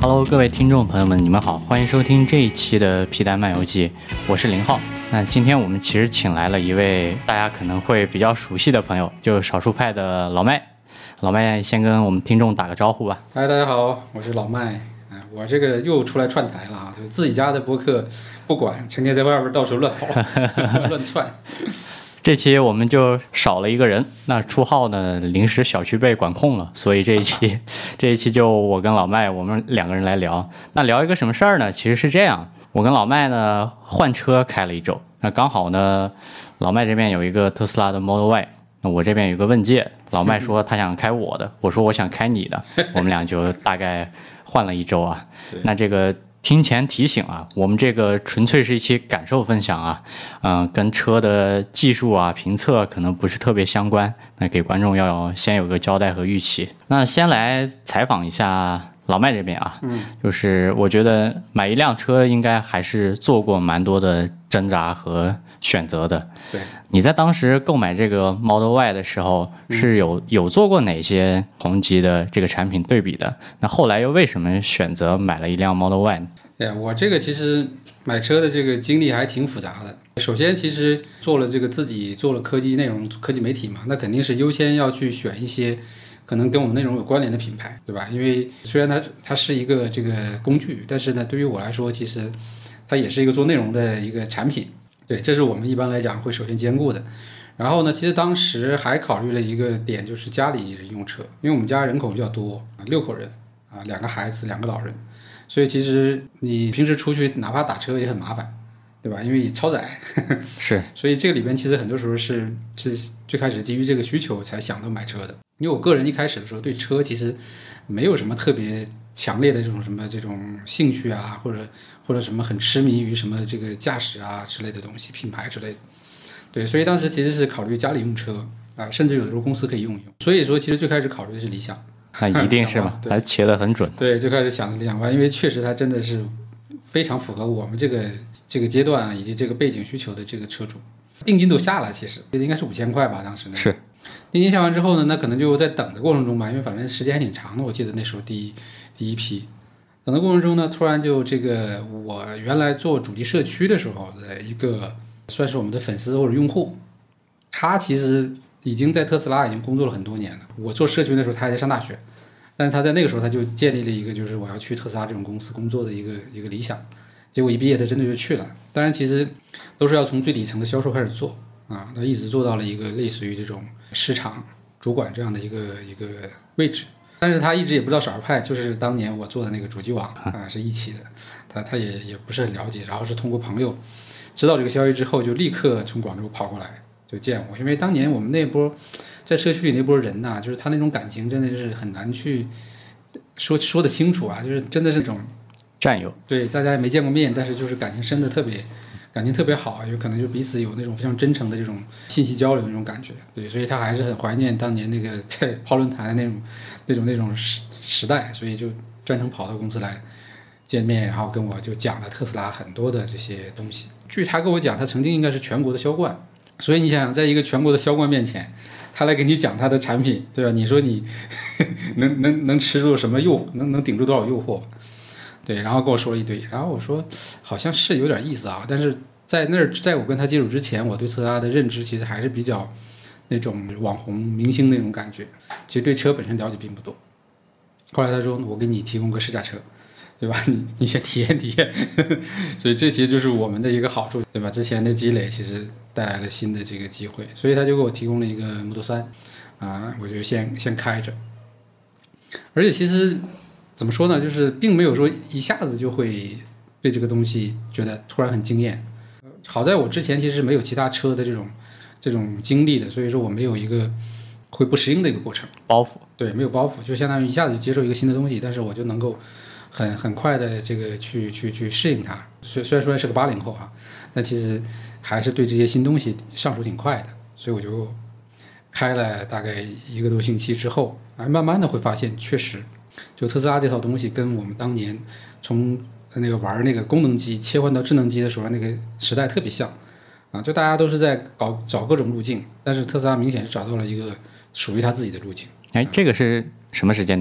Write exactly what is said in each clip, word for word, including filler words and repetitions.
Hello， 各位听众朋友们，你们好，欢迎收听这一期的皮蛋漫游记，我是林浩。那今天我们其实请来了一位大家可能会比较熟悉的朋友，就是少数派的老麦。老麦先跟我们听众打个招呼吧。 嗨，大家好，我是老麦。我这个又出来串台了啊！就自己家的播客不管，成天在外边到处乱跑乱窜。 这期我们就少了一个人，那初号呢临时小区被管控了，所以这一期这一期就我跟老麦我们两个人来聊。那聊一个什么事儿呢？其实是这样，我跟老麦呢换车开了一周，那刚好呢老麦这边有一个特斯拉的 Model Y， 那我这边有一个问界，老麦说他想开我的，我说我想开你的，我们俩就大概换了一周啊。那这个听前提醒啊，我们这个纯粹是一期感受分享啊，嗯、呃，跟车的技术啊评测可能不是特别相关，那给观众要先有个交代和预期。那先来采访一下老麦这边啊，嗯，就是我觉得买一辆车应该还是做过蛮多的挣扎和选择的。 对， 你在当时购买这个 Model Y 的时候，是有有做过哪些同级的这个产品对比的？那后来又为什么选择买了一辆 Model Y 呢？ 对，我这个其实买车的这个经历还挺复杂的。首先，其实做了这个自己做了科技内容、科技媒体嘛，那肯定是优先要去选一些可能跟我们内容有关联的品牌，对吧？因为虽然它它是一个这个工具，但是呢，对于我来说，其实它也是一个做内容的一个产品。对，这是我们一般来讲会首先兼顾的。然后呢，其实当时还考虑了一个点，就是家里人用车，因为我们家人口比较多，六口人啊，两个孩子，两个老人，所以其实你平时出去哪怕打车也很麻烦，对吧？因为超载是， 所以这个里边其实很多时候是是最开始基于这个需求才想到买车的。因为我个人一开始的时候对车其实没有什么特别强烈的这种什么这种兴趣啊，或者或者什么很痴迷于什么这个驾驶啊之类的东西，品牌之类的。对，所以当时其实是考虑家里用车啊，甚至有的时候公司可以用一用。所以说，其实最开始考虑的是理想。 那一定是嘛，他切得很准。 对，最开始想的理想 ONE，因为确实它真的是非常符合我们这个这个阶段啊以及这个背景需求的这个车主。定金都下了，其实应该是五千块吧，当时那是。 定金下完之后呢，那可能就在等的过程中吧，因为反正时间还挺长的，我记得那时候第一第一批。等的过程中呢，突然就这个我原来做主力社区的时候的一个算是我们的粉丝或者用户，他其实已经在特斯拉已经工作了很多年了。我做社区的时候他还在上大学，但是他在那个时候他就建立了一个就是我要去特斯拉这种公司工作的一个一个理想。结果一毕业他真的就去了，当然其实都是要从最底层的销售开始做啊，他一直做到了一个类似于这种市场主管这样的一个一个位置。但是他一直也不知道少数派就是当年我做的那个主机网啊是一起的，他他也也不是很了解，然后是通过朋友知道这个消息之后，就立刻从广州跑过来就见我。因为当年我们那波在社区里那波人呐、啊，就是他那种感情真的就是很难去说说得清楚啊，就是真的是这种战友。 对，大家也没见过面，但是就是感情深的特别。感情特别好，有可能就彼此有那种非常真诚的这种信息交流的那种感觉，对，所以他还是很怀念当年那个在泡论坛那种、那种、那种时时代，所以就专程跑到公司来见面，然后跟我就讲了特斯拉很多的这些东西。据他跟我讲，他曾经应该是全国的销冠，所以你想想，在一个全国的销冠面前，他来给你讲他的产品，对吧？你说你能能能吃住什么诱，能能顶住多少诱惑？对，然后跟我说了一堆，然后我说好像是有点意思啊，但是在那儿，在我跟他接触之前，我对特斯拉的认知其实还是比较那种网红明星那种感觉，其实对车本身了解并不多。后来他说我给你提供个试驾车，对吧？你你先体验体验，所以这其实就是我们的一个好处，对吧？之前的积累其实带来了新的这个机会，所以他就给我提供了一个 Model 三啊，我就先先开着，而且其实。怎么说呢？就是并没有说一下子就会对这个东西觉得突然很惊艳。好在我之前其实没有其他车的这种这种经历的，所以说我没有一个会不适应的一个过程。 包袱， 对，没有包袱，就相当于一下子就接受一个新的东西，但是我就能够很很快的这个去去去适应它。虽虽然说是个八零后啊，但其实还是对这些新东西上手挺快的，所以我就开了大概一个多星期之后，啊，慢慢的会发现确实。就特斯拉这套东西跟我们当年从那个玩那个功能机切换到智能机的时候那个时代特别像啊，就大家都是在搞找各种路径，但是特斯拉明显是找到了一个属于他自己的路径。 哎，这个是什么时间点？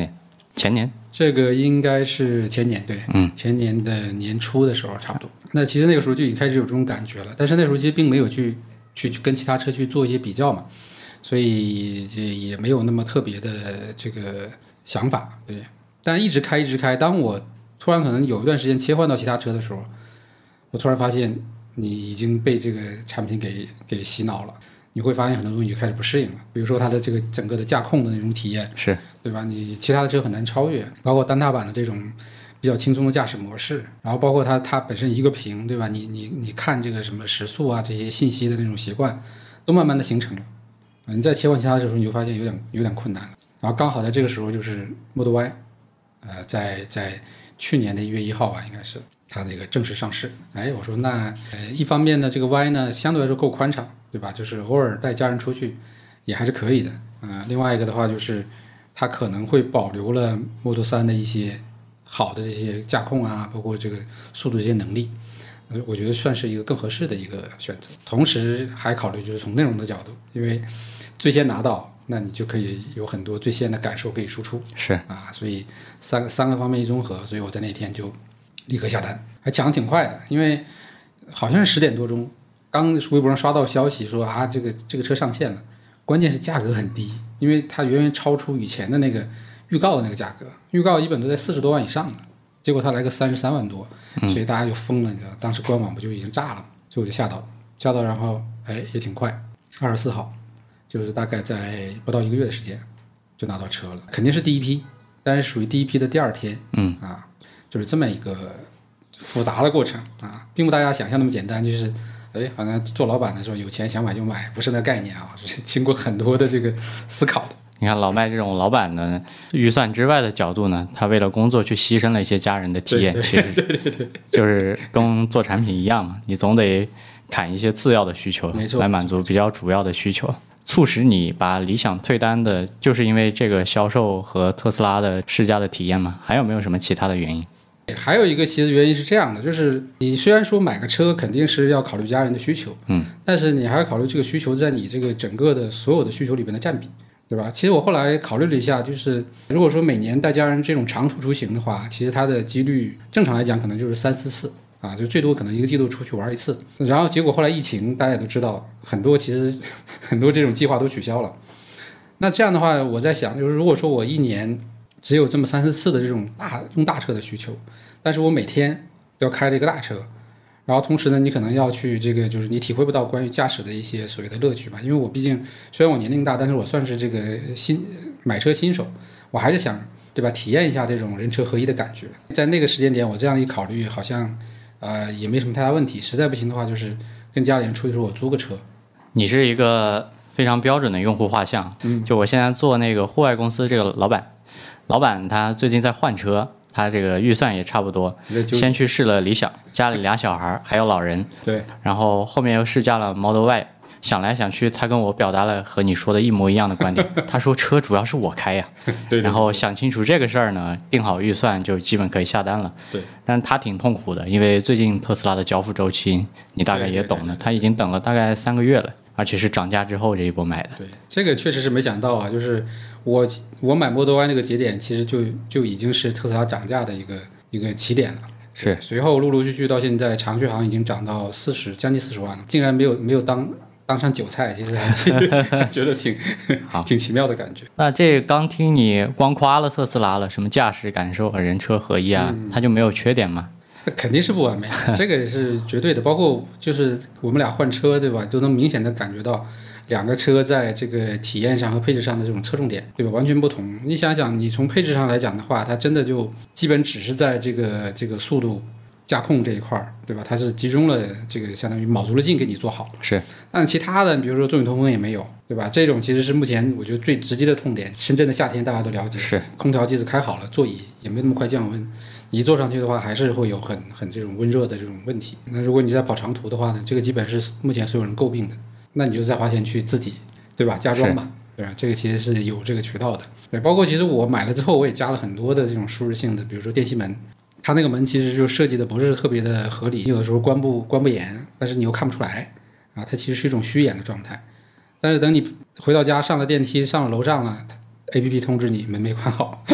前年， 这个应该是前年，对， 嗯， 前年的年初的时候差不多。那其实那个时候就已经开始有这种感觉了，但是那时候其实并没有去去去跟其他车去做一些比较嘛，所以也没有那么特别的这个想法，对。但一直开一直开，当我突然可能有一段时间切换到其他车的时候，我突然发现你已经被这个产品给给洗脑了。你会发现很多东西就开始不适应了，比如说它的这个整个的驾控的那种体验， 是对吧？你其他的车很难超越，包括单踏板的这种比较轻松的驾驶模式，然后包括它它本身一个屏，对吧？你你你看这个什么时速啊这些信息的那种习惯，都慢慢的形成了。你再切换其他的时候，你就发现有点有点困难了。然后刚好在这个时候，就是 Model Y， 呃，在在去年的一月一号吧，应该是它那个正式上市。哎，我说那呃，一方面呢，这个 Y 呢相对来说够宽敞。对吧？就是偶尔带家人出去，也还是可以的啊、呃。另外一个的话，就是它可能会保留了 Model 三的一些好的这些驾控啊，包括这个速度这些能力，我觉得算是一个更合适的一个选择。同时还考虑就是从内容的角度，因为最先拿到，那你就可以有很多最先的感受可以输出。 是啊，所以三个三个方面一综合，所以我在那天就立刻下单，还抢得挺快的，因为好像是十点多钟。刚微博上刷到消息说啊，这个这个车上线了，关键是价格很低，因为它远远超出以前的那个预告的那个价格，预告一本都在四十多万以上的，结果它来个三十三万多，所以大家就疯了，你知道，当时官网不就已经炸了，所以我就下到下到，然后哎也挺快，二十四号，就是大概在不到一个月的时间就拿到车了，肯定是第一批，但是属于第一批的第二天， 嗯啊，就是这么一个复杂的过程啊，并不大家想象那么简单，就是。哎，好像做老板的时候有钱想买就买，不是那概念啊，是经过很多的这个思考的。 你看老麦这种老板呢，预算之外的角度呢，他为了工作去牺牲了一些家人的体验， 对对对对对， 就是跟做产品一样嘛，你总得砍一些次要的需求， 没错， 来满足比较主要的需求。促使你把理想退单的，就是因为这个销售和特斯拉的试驾的体验吗？还有没有什么其他的原因？ 还有一个其实原因是这样的，就是你虽然说买个车肯定是要考虑家人的需求， 嗯， 但是你还要考虑这个需求在你这个整个的所有的需求里面的占比，对吧？其实我后来考虑了一下，就是如果说每年带家人这种长途出行的话，其实它的几率正常来讲可能就是三四次啊，就最多可能一个季度出去玩一次。然后结果后来疫情大家也都知道，很多其实很多这种计划都取消了。那这样的话，我在想，就是如果说我一年只有这么三四次的这种大用大车的需求，但是我每天都要开这个大车，然后同时呢，你可能要去这个，就是你体会不到关于驾驶的一些所谓的乐趣嘛。因为我毕竟虽然我年龄大，但是我算是这个新买车新手，我还是想对吧，体验一下这种人车合一的感觉。在那个时间点，我这样一考虑，好像呃也没什么太大问题。实在不行的话，就是跟家里人出去的时候我租个车。 你是一个非常标准的用户画像， 嗯， 就我现在做那个户外公司这个老板。老板他最近在换车，他这个预算也差不多，先去试了理想，家里俩小孩还有老人， 对， 然后后面又试驾了 Model Y， 想来想去，他跟我表达了和你说的一模一样的观点，他说车主要是我开呀， 对对对， 然后想清楚这个事儿呢，定好预算就基本可以下单了， 对， 但是他挺痛苦的，因为最近特斯拉的交付周期你大概也懂的，他已经等了大概三个月了。而且是涨价之后这一波买的。 对，这个确实是没想到啊，就是我我买 Model Y 那个节点，其实就就已经是特斯拉涨价的一个一个起点了。 是， 随后陆陆续续到现在，长续航已经涨到四十，将近四十万了，竟然没有没有当当上韭菜，其实还觉得挺挺奇妙的感觉。 那这刚听你光夸了特斯拉了，什么驾驶感受和人车合一啊，嗯、它就没有缺点吗？ 肯定是不完美，这个也是绝对的。包括就是我们俩换车，对吧？都能明显的感觉到两个车在这个体验上和配置上的这种侧重点，对吧？完全不同。你想想，你从配置上来讲的话，它真的就基本只是在这个这个速度、驾控这一块，对吧？它是集中了这个相当于卯足了劲给你做好。 是。 但其他的，比如说众影通风也没有，对吧？这种其实是目前我觉得最直接的痛点。深圳的夏天大家都了解， 是空调即使开好了，座椅也没那么快降温。你一坐上去的话，还是会有很很这种温热的这种问题。那如果你在跑长途的话呢，这个基本是目前所有人诟病的。那你就再花钱去自己，对吧？加装吧，对吧？这个其实是有这个渠道的。对，包括其实我买了之后，我也加了很多的这种舒适性的，比如说电吸门，它那个门其实就设计的不是特别的合理，有的时候关不关不严，但是你又看不出来啊，它其实是一种虚掩的状态。但是等你回到家，上了电梯，上了楼上了，A P P 通知你门没关好，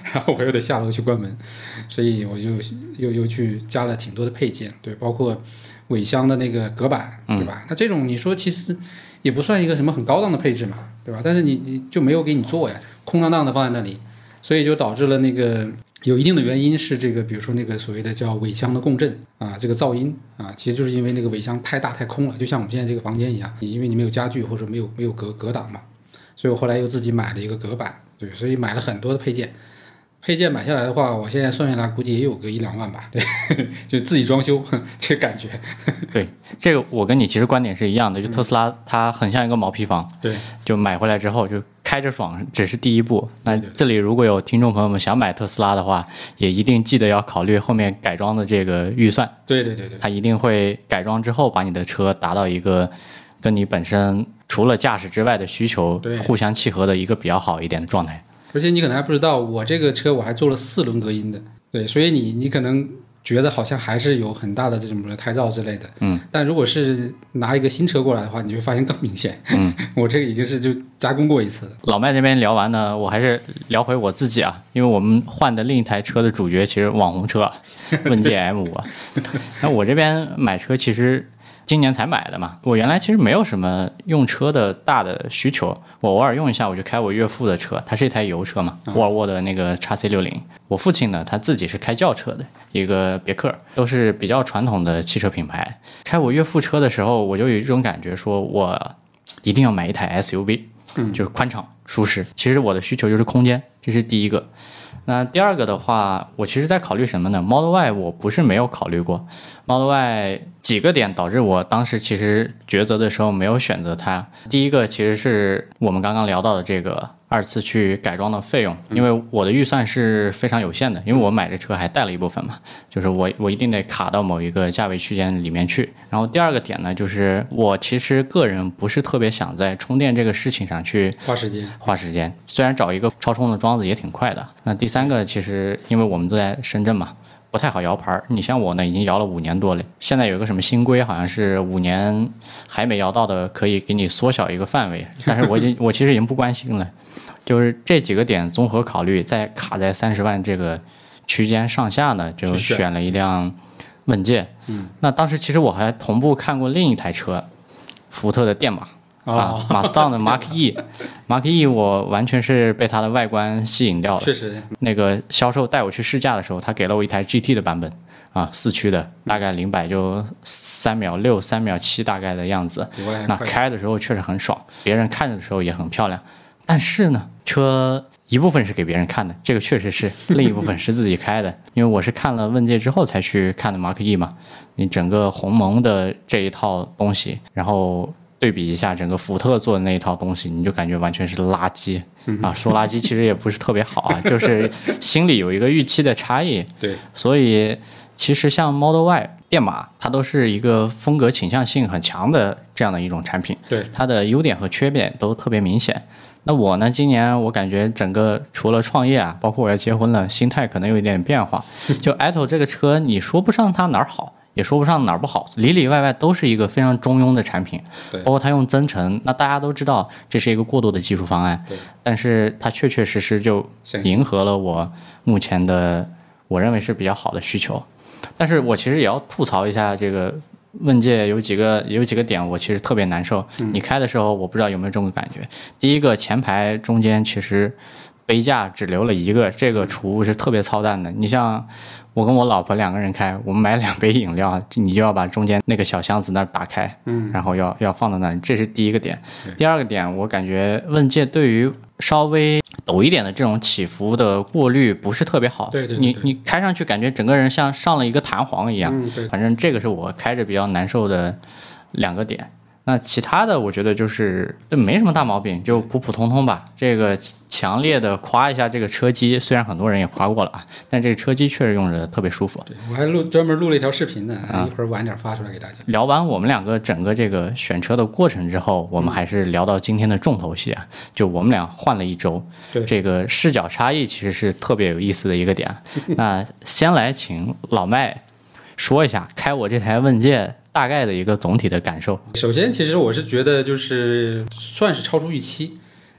然后我又得下楼去关门，所以我就又又去加了挺多的配件，对，包括尾箱的那个隔板，对吧？嗯、那这种你说其实也不算一个什么很高档的配置嘛，对吧？但是你你就没有给你做呀，空荡荡的放在那里，所以就导致了那个。有一定的原因是这个，比如说那个所谓的叫尾箱的共振啊，这个噪音啊，其实就是因为那个尾箱太大太空了，就像我们现在这个房间一样，因为你没有家具或者没有没有隔隔挡嘛，所以我后来又自己买了一个隔板，对，所以买了很多的配件，配件买下来的话，我现在算下来估计也有个一两万吧，对，就自己装修这个感觉。 对，这个我跟你其实观点是一样的，就特斯拉它很像一个毛坯房， 对， 就买回来之后就。开着爽只是第一步，那这里如果有听众朋友们想买特斯拉的话，也一定记得要考虑后面改装的这个预算。 对对对对， 它一定会改装之后把你的车达到一个跟你本身除了驾驶之外的需求互相契合的一个比较好一点的状态。 而且你可能还不知道，我这个车我还做了四轮隔音的，对，所以你你可能觉得好像还是有很大的这种胎噪之类的， 嗯， 但如果是拿一个新车过来的话，你会发现更明显。 嗯， 我这个已经是就加工过一次了。 老麦这边聊完呢，我还是聊回我自己啊，因为我们换的另一台车的主角其实网红车，问界 M 五啊。那我这边买车其实今年才买的嘛，我原来其实没有什么用车的大的需求，我偶尔用一下我就开我岳父的车，它是一台油车嘛，沃尔沃的那个 X C 六十。我父亲呢，他自己是开轿车的，一个别克，都是比较传统的汽车品牌。开我岳父车的时候，我就有一种感觉，说我一定要买一台 S U V， 就是宽敞舒适。其实我的需求就是空间，这是第一个。那第二个的话，我其实在考虑什么呢 ？Model Y 我不是没有考虑过 ，Model Y 几个点导致我当时其实抉择的时候没有选择它。第一个其实是我们刚刚聊到的这个二次去改装的费用，因为我的预算是非常有限的，因为我买这车还带了一部分嘛，就是我我一定得卡到某一个价位区间里面去。然后第二个点呢，就是我其实个人不是特别想在充电这个事情上去花时间， 花时间。虽然找一个超充的桩子也挺快的。那第三个其实因为我们都在深圳嘛，不太好摇牌。你像我呢，已经摇了五年多了，现在有一个什么新规，好像是五年还没摇到的可以给你缩小一个范围，但是我已经我其实已经不关心了。就是这几个点综合考虑，在卡在三十万这个区间上下呢，就选了一辆问界。 嗯， 那当时其实我还同步看过另一台车，福特的电马。啊，马自达的 Mark E，Mark E 我完全是被它的外观吸引掉了。 确实， 那个销售带我去试驾的时候，他给了我一台 G T 的版本，啊，四驱的，大概零百就三秒六、三秒七大概的样子。那开的时候确实很爽，别人看着的时候也很漂亮。但是呢，车一部分是给别人看的，这个确实是；另一部分是自己开的，因为我是看了问界之后才去看的 Mark E 嘛。你整个鸿蒙的这一套东西，然后对比一下整个福特做的那一套东西，你就感觉完全是垃圾啊！说垃圾其实也不是特别好啊，就是心里有一个预期的差异。 对， 所以其实像 Model Y、电马，它都是一个风格倾向性很强的这样的一种产品。 对， 它的优点和缺点都特别明显。那我呢，今年我感觉整个除了创业啊，包括我要结婚了，心态可能有一点变化。就 a t o 这个车，你说不上它哪儿好。也说不上哪儿不好，里里外外都是一个非常中庸的产品。 对， 包括它用增程，那大家都知道这是一个过渡的技术方案。 对， 但是它确确实实就迎合了我目前的我认为是比较好的需求。但是我其实也要吐槽一下这个问界有几个有几个点，我其实特别难受。 嗯、 你开的时候，我不知道有没有这种感觉。第一个，前排中间其实杯架只留了一个，这个储物是特别操蛋的。你像我跟我老婆两个人开，我们买两杯饮料，你就要把中间那个小箱子那儿打开， 嗯， 然后要要放在那里，这是第一个点。第二个点，我感觉问界对于稍微陡一点的这种起伏的过滤不是特别好。 对对对， 你你开上去感觉整个人像上了一个弹簧一样。 嗯，对。 反正这个是我开着比较难受的两个点。那其他的我觉得就是没什么大毛病，就普普通通吧。这个强烈的夸一下这个车机，虽然很多人也夸过了啊，但这个车机确实用着特别舒服。 对，我还录专门录了一条视频呢，啊、一会儿晚点发出来给大家。 聊完我们两个整个这个选车的过程之后，我们还是聊到今天的重头戏啊，就我们俩换了一周， 对， 这个视角差异其实是特别有意思的一个点。那先来请老麦说一下开我这台问界大概的一个总体的感受。 首先其实我是觉得就是算是超出预期，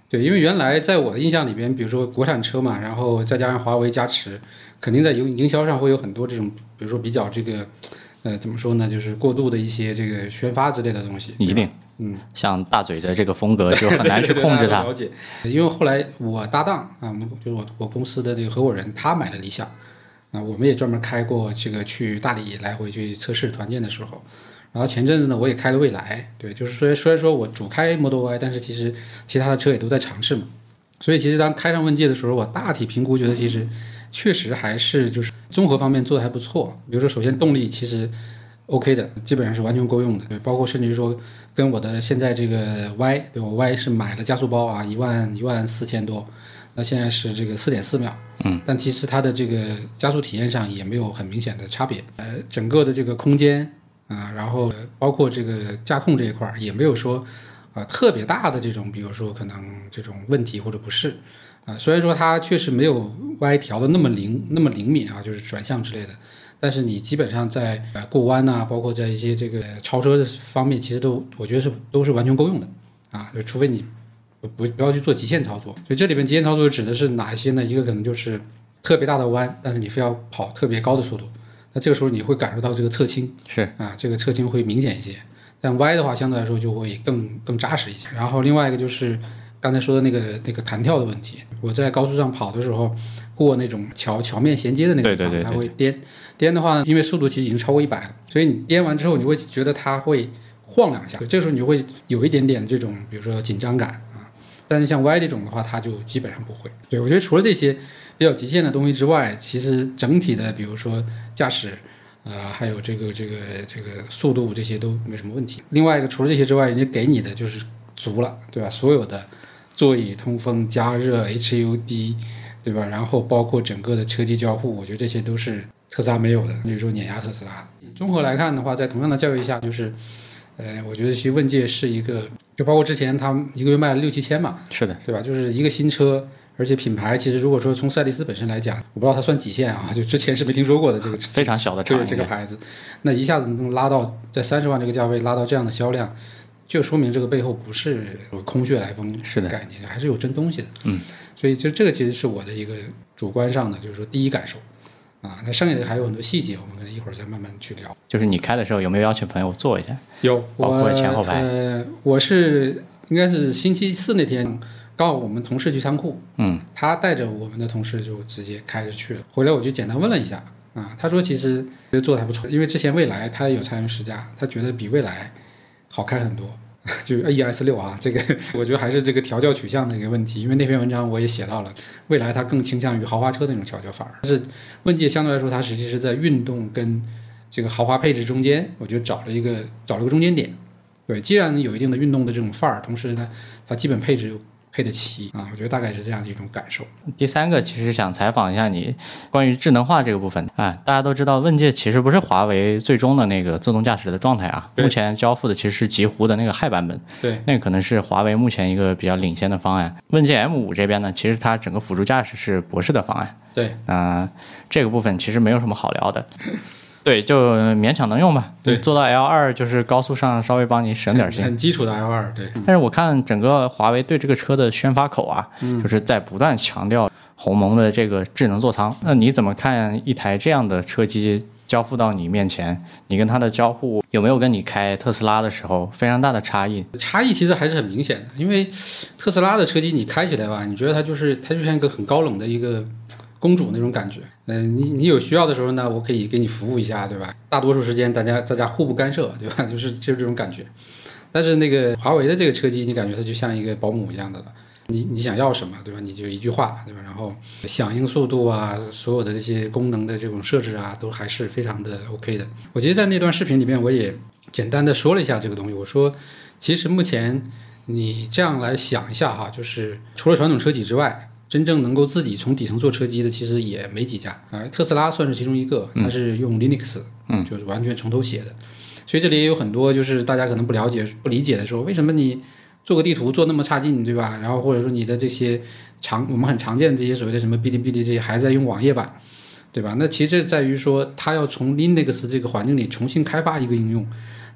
对，因为原来在我的印象里边，比如说国产车嘛，然后再加上华为加持，肯定在营营销上会有很多这种，比如说比较这个，呃，怎么说呢，就是过度的一些这个宣发之类的东西。 一定， 嗯， 像大嘴的这个风格就很难去控制它。 了解，因为后来我搭档啊，就是我我公司的这个合伙人，他买了理想，啊，我们也专门开过这个去大理来回去测试团建的时候。然后前阵子呢，我也开了蔚来，对，就是说虽然说我主开 Model Y， 但是其实其他的车也都在尝试嘛。所以其实当开上问界的时候，我大体评估觉得其实确实还是就是综合方面做的还不错。比如说首先动力其实 OK 的，基本上是完全够用的，对，包括甚至于说跟我的现在这个 Y， 对，我 Y 是买了加速包啊，一万一万四千多，那现在是这个四点四秒， 嗯， 但其实它的这个加速体验上也没有很明显的差别，呃，整个的这个空间。啊，然后包括这个驾控这一块也没有说啊特别大的这种，比如说可能这种问题或者不适啊。虽然说它确实没有 Y 调的那么灵那么灵敏啊，就是转向之类的，但是你基本上在呃过弯呐、啊，包括在一些这个超车的方面，其实都我觉得是都是完全够用的啊，就除非你不不不要去做极限操作。所以这里边极限操作指的是哪一些呢？一个可能就是特别大的弯，但是你非要跑特别高的速度。那这个时候你会感受到这个侧倾， 是啊，这个侧倾会明显一些。但 Y 的话相对来说就会更更扎实一些。然后另外一个就是刚才说的那个那个弹跳的问题。我在高速上跑的时候，过那种桥桥面衔接的那个地方， 对对对对它会颠颠的话，因为速度其实已经超过一百了，所以你颠完之后，你会觉得它会晃两下，这个时候你就会有一点点这种比如说紧张感啊。但是像 Y 这种的话，它就基本上不会。对，我觉得除了这些比较极限的东西之外，其实整体的比如说驾驶，呃，还有这个这个这个速度这些都没什么问题。另外一个除了这些之外，人家给你的就是足了，对吧？所有的座椅通风、加热、H U D， 对吧？然后包括整个的车机交互，我觉得这些都是特斯拉没有的，比如说碾压特斯拉。综合来看的话，在同样的教育下，就是呃，我觉得其实问界是一个，就包括之前他们一个月卖了六七千嘛， 是的， 对吧？就是一个新车。而且品牌其实如果说从赛力斯本身来讲，我不知道它算几线啊，就之前是没听说过的这个非常小的厂这个牌子，那一下子能拉到在三十万这个价位拉到这样的销量，就说明这个背后不是空穴来风概念，还是有真东西的。 嗯， 所以就这个其实是我的一个主观上的，就是说第一感受啊。那剩下的还有很多细节，我们可能一会儿再慢慢去聊。 就是你开的时候有没有邀请朋友坐一下？ 有， 包括前后排。 呃，我是应该是星期四那天。刚好我们同事去仓库， 嗯， 他带着我们的同事就直接开着去了。回来我就简单问了一下，啊，他说其实做的还不错，因为之前蔚来他有参与试驾，他觉得比蔚来好开很多，就 E S 六啊，这个我觉得还是这个调教取向的一个问题。因为那篇文章我也写到了，蔚来它更倾向于豪华车的那种调教法，但是问界相对来说它实际是在运动跟这个豪华配置中间，我觉得找了一个找了个中间点。对，既然有一定的运动的这种范儿，同时呢，它基本配置配得齐啊，我觉得大概是这样的一种感受。 第三个其实想采访一下你关于智能化这个部分啊，大家都知道问界其实不是华为最终的那个自动驾驶的状态啊，目前交付的其实是极狐的那个氦版本， 对， 那个可能是华为目前一个比较领先的方案。问界 M 五 这边呢，其实它整个辅助驾驶是博士的方案， 对， 啊、呃，这个部分其实没有什么好聊的。对，就勉强能用吧。 对， 做到 L 二 就是高速上稍微帮你省点心， 很基础的 L 二。对， 但是我看整个华为对这个车的宣发口啊， 嗯、 就是在不断强调鸿蒙的这个智能座舱。那你怎么看一台这样的车机交付到你面前，你跟它的交互有没有跟你开特斯拉的时候非常大的差异？ 差异其实还是很明显的，因为特斯拉的车机你开起来吧，你觉得它就是它就像一个很高冷的一个公主那种感觉。嗯、呃，你你有需要的时候呢，我可以给你服务一下，对吧？大多数时间大家大家互不干涉，对吧？就是就是这种感觉。但是那个华为的这个车机，你感觉它就像一个保姆一样的了。你你想要什么，对吧？你就一句话，对吧？然后响应速度啊，所有的这些功能的这种设置啊，都还是非常的 OK 的。我记得在那段视频里面，我也简单的说了一下这个东西。我说，其实目前你这样来想一下哈，就是除了传统车企之外，真正能够自己从底层做车机的，其实也没几家啊。特斯拉算是其中一个，它是用 Linux， 嗯，就是完全从头写的。所以这里也有很多就是大家可能不了解、不理解的说，为什么你做个地图做那么差劲，对吧？然后或者说你的这些常我们很常见的这些所谓的什么哔哩哔哩这些还在用网页版，对吧？那其实这在于说它要从 Linux 这个环境里重新开发一个应用，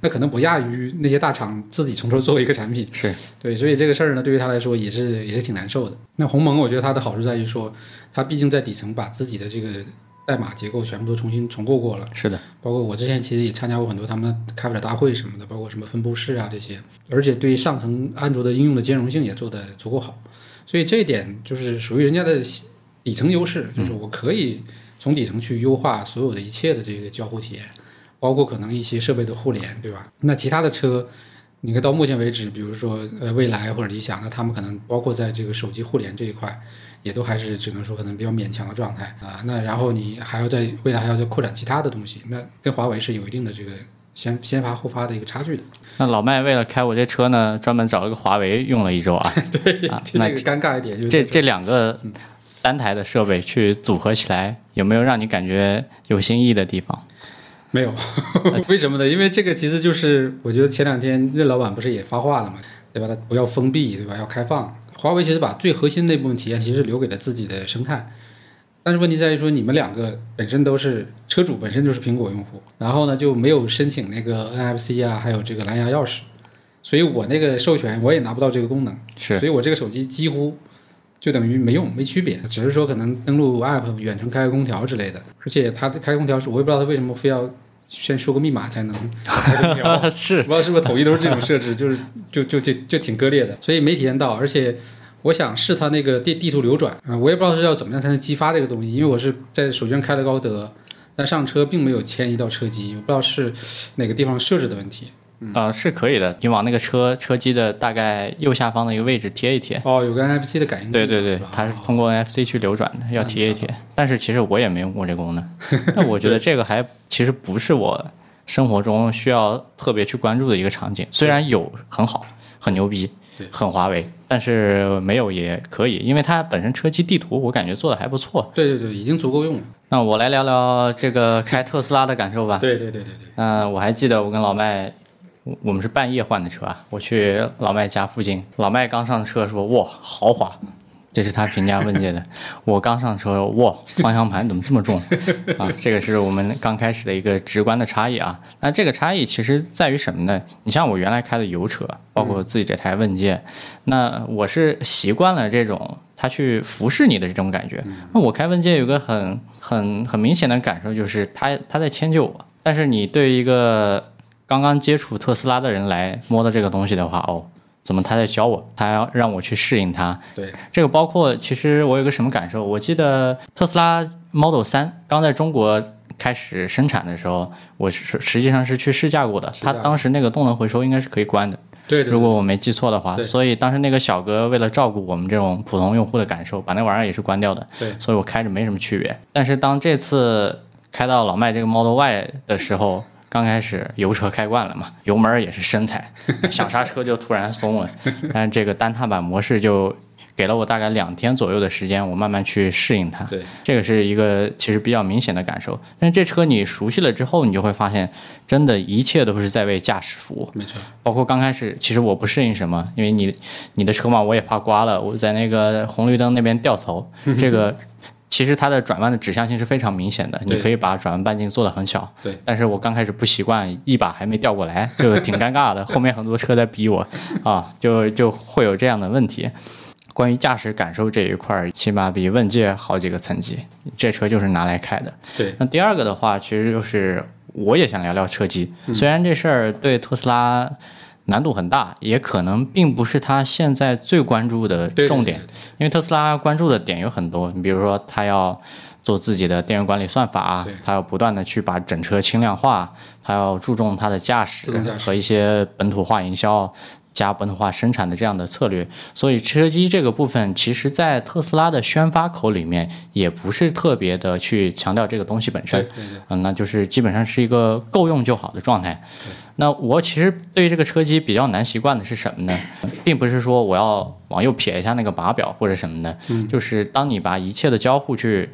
那可能不亚于那些大厂自己从头做一个产品。 是对，所以这个事儿呢，对于他来说也是也是挺难受的。那鸿蒙我觉得它的好处在于说，它毕竟在底层把自己的这个代码结构全部都重新重构过了。 是的， 包括我之前其实也参加过很多他们的开发者大会什么的，包括什么分布式啊这些，而且对上层安卓的应用的兼容性也做得足够好，所以这一点就是属于人家的底层优势，就是我可以从底层去优化所有的一切的这个交互体验，包括可能一些设备的互联，对吧？那其他的车，你看到目前为止，比如说呃蔚来或者理想，那他们可能包括在这个手机互联这一块。也都还是只能说可能比较勉强的状态啊，那然后你还要在未来还要再扩展其他的东西，那跟华为是有一定的这个先先发后发的一个差距的。 那老麦为了开我这车呢，专门找了个华为用了一周啊。 对， 啊， 这个尴尬一点就是这这两个单台的设备去组合起来，有没有让你感觉有新意的地方？ 没有，为什么呢？因为这个其实就是我觉得前两天任老板不是也发话了嘛，对吧？他不要封闭，对吧？要开放。华为其实把最核心的那部分体验其实留给了自己的生态，但是问题在于说你们两个本身都是车主，本身就是苹果用户，然后呢就没有申请那个 N F C 啊，还有这个蓝牙钥匙，所以我那个授权我也拿不到这个功能， 是， 所以我这个手机几乎就等于没用，没区别，只是说可能登录 App 远程开个空调之类的，而且它的开空调是我也不知道它为什么非要先说个密码才能开空调是， 不知道是不是统一都是这种设置，就是就就就就挺割裂的，所以没体验到。而且我想试它那个地地图流转啊、呃，我也不知道是要怎么样才能激发这个东西，因为我是在手机上开了高德，但上车并没有迁移到车机，我不知道是哪个地方设置的问题。 呃，是可以的，你往那个车车机的大概右下方的一个位置贴一贴。 哦，有个 N F C 的感应。 对对对，它是通过 N F C 去流转的，要贴一贴。但是其实我也没用过这功能，那我觉得这个还其实不是我生活中需要特别去关注的一个场景。虽然有很好，很牛逼，很华为，但是没有也可以，因为它本身车机地图我感觉做的还不错。 对对对，已经足够用了。 那我来聊聊这个开特斯拉的感受吧。 对对对对对。 嗯、呃，我还记得我跟老麦。我们是半夜换的车啊，我去老麦家附近，老麦刚上车说哇豪华，这是他评价问界的。我刚上车哇方向盘怎么这么重啊？这个是我们刚开始的一个直观的差异啊。那这个差异其实在于什么呢？你像我原来开的油车，包括自己这台问界，那我是习惯了这种他去服侍你的这种感觉。那我开问界有个很很很明显的感受，就是他他在迁就我，但是你对于一个刚刚接触特斯拉的人来摸到这个东西的话，哦，怎么他在教我，他要让我去适应它。 对， 这个包括其实我有个什么感受，我记得特斯拉 Model 三刚在中国开始生产的时候，我是实际上是去试驾过的，它当时那个动能回收应该是可以关的。 对， 对， 对， 如果我没记错的话，所以当时那个小哥为了照顾我们这种普通用户的感受，把那玩意儿也是关掉的。 对， 所以我开着没什么区别。但是当这次开到老麦这个 Model Y 的时候，刚开始油车开惯了嘛，油门也是深踩，想刹车就突然松了。但是这个单踏板模式就给了我大概两天左右的时间，我慢慢去适应它。 对， 这个是一个其实比较明显的感受。但是这车你熟悉了之后，你就会发现，真的一切都是在为驾驶服务。 没错， 包括刚开始，其实我不适应什么，因为你你的车嘛，我也怕刮了，我在那个红绿灯那边掉头，这个。其实它的转弯的指向性是非常明显的，你可以把转弯半径做得很小。 对， 但是我刚开始不习惯，一把还没调过来，就挺尴尬的。后面很多车在逼我，啊，就就会有这样的问题。关于驾驶感受这一块，起码比问界好几个层级。这车就是拿来开的。 对。 那第二个的话，其实就是我也想聊聊车机， 嗯、 虽然这事儿对特斯拉难度很大，也可能并不是他现在最关注的重点。 对对对对， 因为特斯拉关注的点有很多，你比如说他要做自己的电源管理算法，他要不断的去把整车轻量化，他要注重它的驾驶和一些本土化营销加本土化生产的这样的策略。所以车机这个部分其实在特斯拉的宣发口里面也不是特别的去强调这个东西本身。 对对对， 嗯，那就是基本上是一个够用就好的状态。那我其实对于这个车机比较难习惯的是什么呢？并不是说我要往右撇一下那个码表或者什么的，嗯、就是当你把一切的交互去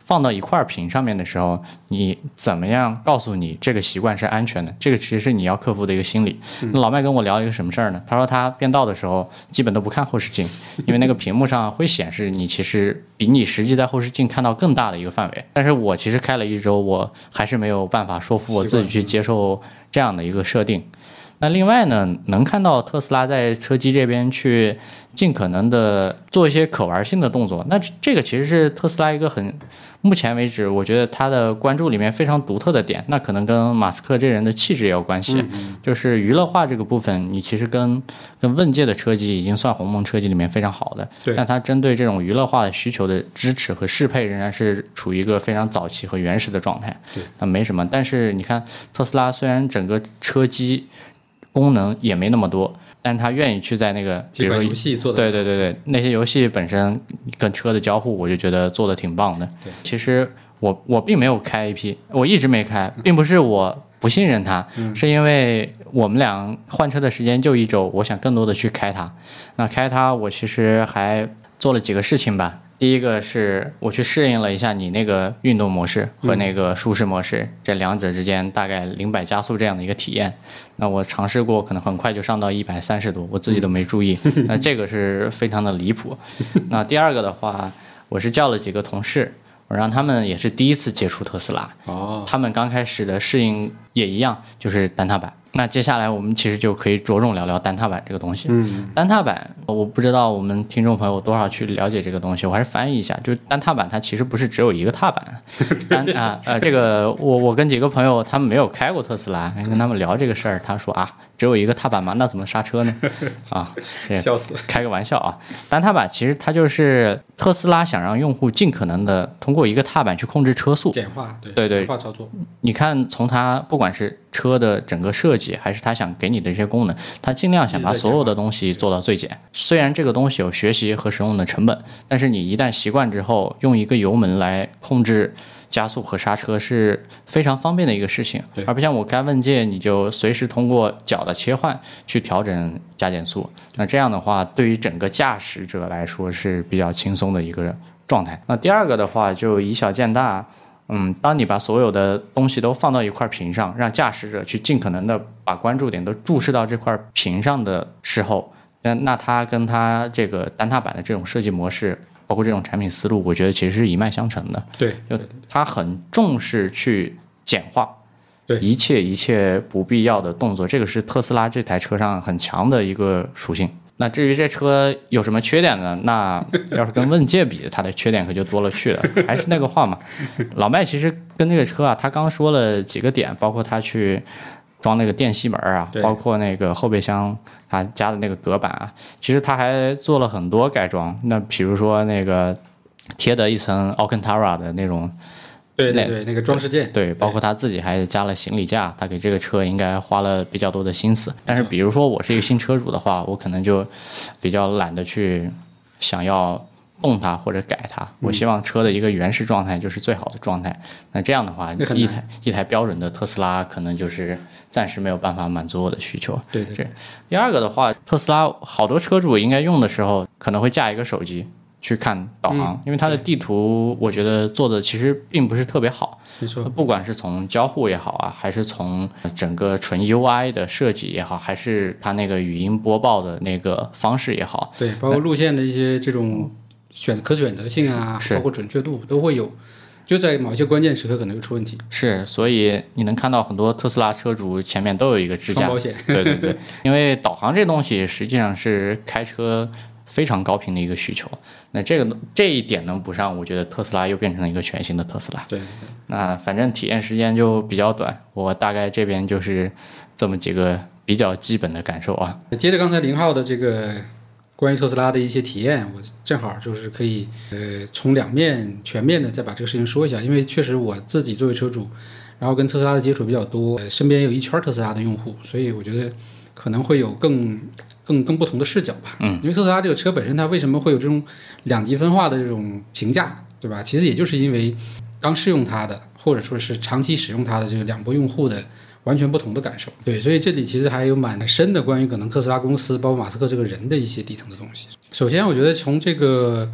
放到一块屏上面的时候，你怎么样告诉你这个习惯是安全的？这个其实是你要克服的一个心理。那老麦跟我聊一个什么事儿呢？他说他变道的时候基本都不看后视镜，因为那个屏幕上会显示你其实比你实际在后视镜看到更大的一个范围。但是我其实开了一周，我还是没有办法说服我自己去接受这样的一个设定。那另外呢，能看到特斯拉在车机这边去尽可能的做一些可玩性的动作，那这个其实是特斯拉一个很目前为止我觉得他的关注里面非常独特的点。那可能跟马斯克这人的气质也有关系，嗯嗯就是娱乐化这个部分，你其实跟跟问界的车机已经算鸿蒙车机里面非常好的， 对， 但它针对这种娱乐化的需求的支持和适配仍然是处于一个非常早期和原始的状态， 对， 那没什么。但是你看特斯拉虽然整个车机功能也没那么多，但他愿意去在那个比如说游戏做的， 对对对对，那些游戏本身跟车的交互，我就觉得做的挺棒的。 对， 其实我我并没有开 A P， 我一直没开，并不是我不信任它， 嗯、 是因为我们俩换车的时间就一周，我想更多的去开它。那开它，我其实还做了几个事情吧。第一个是我去适应了一下你那个运动模式和那个舒适模式，嗯、这两者之间大概零百加速这样的一个体验。那我尝试过，可能很快就上到一百三十多，我自己都没注意。那这个是非常的离谱。那第二个的话，我是叫了几个同事，我让他们也是第一次接触特斯拉， 哦， 他们刚开始的适应也一样，就是单踏板。那接下来我们其实就可以着重聊聊单踏板这个东西。 嗯， 单踏板我不知道我们听众朋友多少去了解这个东西，我还是翻译一下，就是单踏板它其实不是只有一个踏板。单啊呃这个我我跟几个朋友他们没有开过特斯拉，跟他们聊这个事儿，他说啊只有一个踏板吗？那怎么刹车呢？啊， 笑死！ 开个玩笑啊！单踏板其实它就是特斯拉想让用户尽可能的通过一个踏板去控制车速， 简化，对对对， 简化操作。 你看从它不管是车的整个设计，还是它想给你的这些功能，它尽量想把所有的东西做到最简。虽然这个东西有学习和使用的成本，但是你一旦习惯之后，用一个油门来控制加速和刹车是非常方便的一个事情，而不像我该问界，你就随时通过脚的切换去调整加减速。那这样的话，对于整个驾驶者来说是比较轻松的一个状态。那第二个的话，就以小见大。嗯，当你把所有的东西都放到一块屏上，让驾驶者去尽可能的把关注点都注视到这块屏上的时候，那那它跟它这个单踏板的这种设计模式，包括这种产品思路，我觉得其实是一脉相承的。 对， 就它很重视去简化， 对一切一切不必要的动作，这个是特斯拉这台车上很强的一个属性。那至于这车有什么缺点呢？那要是跟问界比，它的缺点可就多了去了。还是那个话嘛，老麦其实跟这个车啊，他刚说了几个点，包括他去装那个电吸门啊，包括那个后备箱他加的那个隔板啊，其实他还做了很多改装。那比如说那个贴的一层 Alcantara 的那种。 对对对，那个装饰件， 对，包括他自己还加了行李架，他给这个车应该花了比较多的心思。但是比如说我是一个新车主的话，我可能就比较懒得去想要动它或者改它，我希望车的一个原始状态就是最好的状态。那这样的话，一台一台标准的特斯拉可能就是暂时没有办法满足我的需求。 对对对。 第二个的话，特斯拉好多车主应该用的时候可能会架一个手机去看导航， 嗯、 因为它的地图我觉得做的其实并不是特别好。 没错， 不管是从交互也好啊，还是从整个纯 U I 的设计也好，还是它那个语音播报的那个方式也好， 对，包括路线的一些这种选可选择性啊，包括准确度都会有。就在某些关键时刻可能会出问题。 是，所以你能看到很多特斯拉车主前面都有一个支架， 双保险。 对对对，因为导航这东西实际上是开车非常高频的一个需求。那这个这一点能补上，我觉得特斯拉又变成了一个全新的特斯拉。 对对对。 那反正体验时间就比较短，我大概这边就是这么几个比较基本的感受啊。 接着刚才林浩的这个关于特斯拉的一些体验，我正好就是可以呃从两面全面的再把这个事情说一下，因为确实我自己作为车主，然后跟特斯拉的接触比较多，呃、身边有一圈特斯拉的用户，所以我觉得可能会有更更更不同的视角吧。 嗯， 因为特斯拉这个车本身它为什么会有这种两极分化的这种评价，对吧？其实也就是因为刚试用它的，或者说是长期使用它的这个两波用户的完全不同的感受。对，所以这里其实还有蛮深的关于可能特斯拉公司包括马斯克这个人的一些底层的东西。首先我觉得从这个